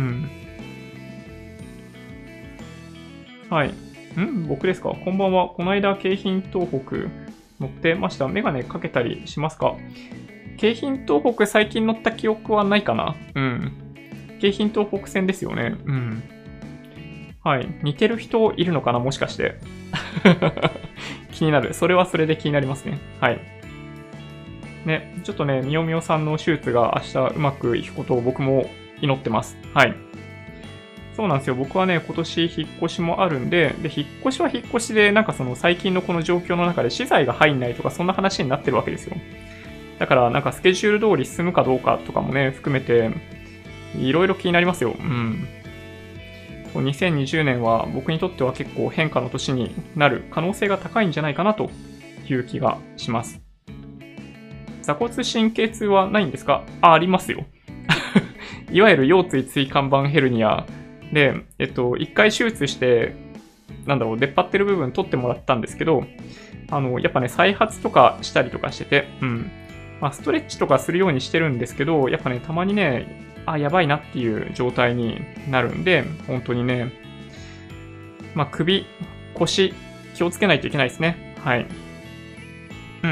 はい。ん僕ですか？こんばんは。この間、京浜東北乗ってました。メガネかけたりしますか？京浜東北最近乗った記憶はないかな？うん。京浜東北線ですよね。うん。はい。似てる人いるのかな？もしかして。気になる。それはそれで気になりますね。はい。 ね、ちょっとね、みよみよさんの手術が明日うまくいくことを僕も祈ってます。はい。そうなんですよ。僕はね、今年引っ越しもあるんで、で、引っ越しは引っ越しで、なんかその最近のこの状況の中で資材が入んないとか、そんな話になってるわけですよ。だから、なんかスケジュール通り進むかどうかとかもね、含めて、いろいろ気になりますよ。うん。にせんにじゅうねんは僕にとっては結構変化の年になる可能性が高いんじゃないかなという気がします。座骨神経痛はないんですか？あ、ありますよ。いわゆる腰椎椎間板ヘルニアで、えっと、一回手術して、なんだろう、出っ張ってる部分取ってもらったんですけど、あの、やっぱね、再発とかしたりとかしてて、うん。まあ、ストレッチとかするようにしてるんですけど、やっぱね、たまにね、あ、やばいなっていう状態になるんで、本当にね、まあ、首、腰、気をつけないといけないですね。はい。うん。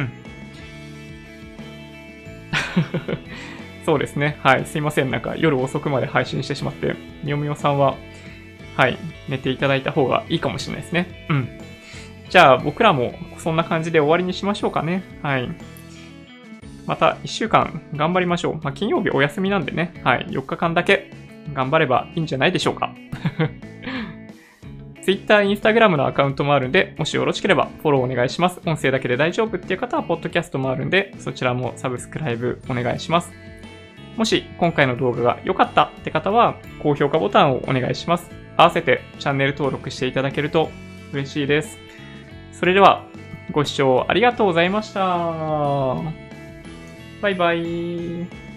そうですね。はい。すいません。なんか夜遅くまで配信してしまって、みよみよさんは、はい。寝ていただいた方がいいかもしれないですね。うん。じゃあ僕らもそんな感じで終わりにしましょうかね。はい。またいっしゅうかん頑張りましょう。まあ、金曜日お休みなんでね。はい。よっかかんだけ頑張ればいいんじゃないでしょうか。Twitter、Instagram のアカウントもあるんで、もしよろしければフォローお願いします。音声だけで大丈夫っていう方は、ポッドキャストもあるんで、そちらもサブスクライブお願いします。もし今回の動画が良かったって方は、高評価ボタンをお願いします。合わせてチャンネル登録していただけると嬉しいです。それでは、ご視聴ありがとうございました。バイバイ。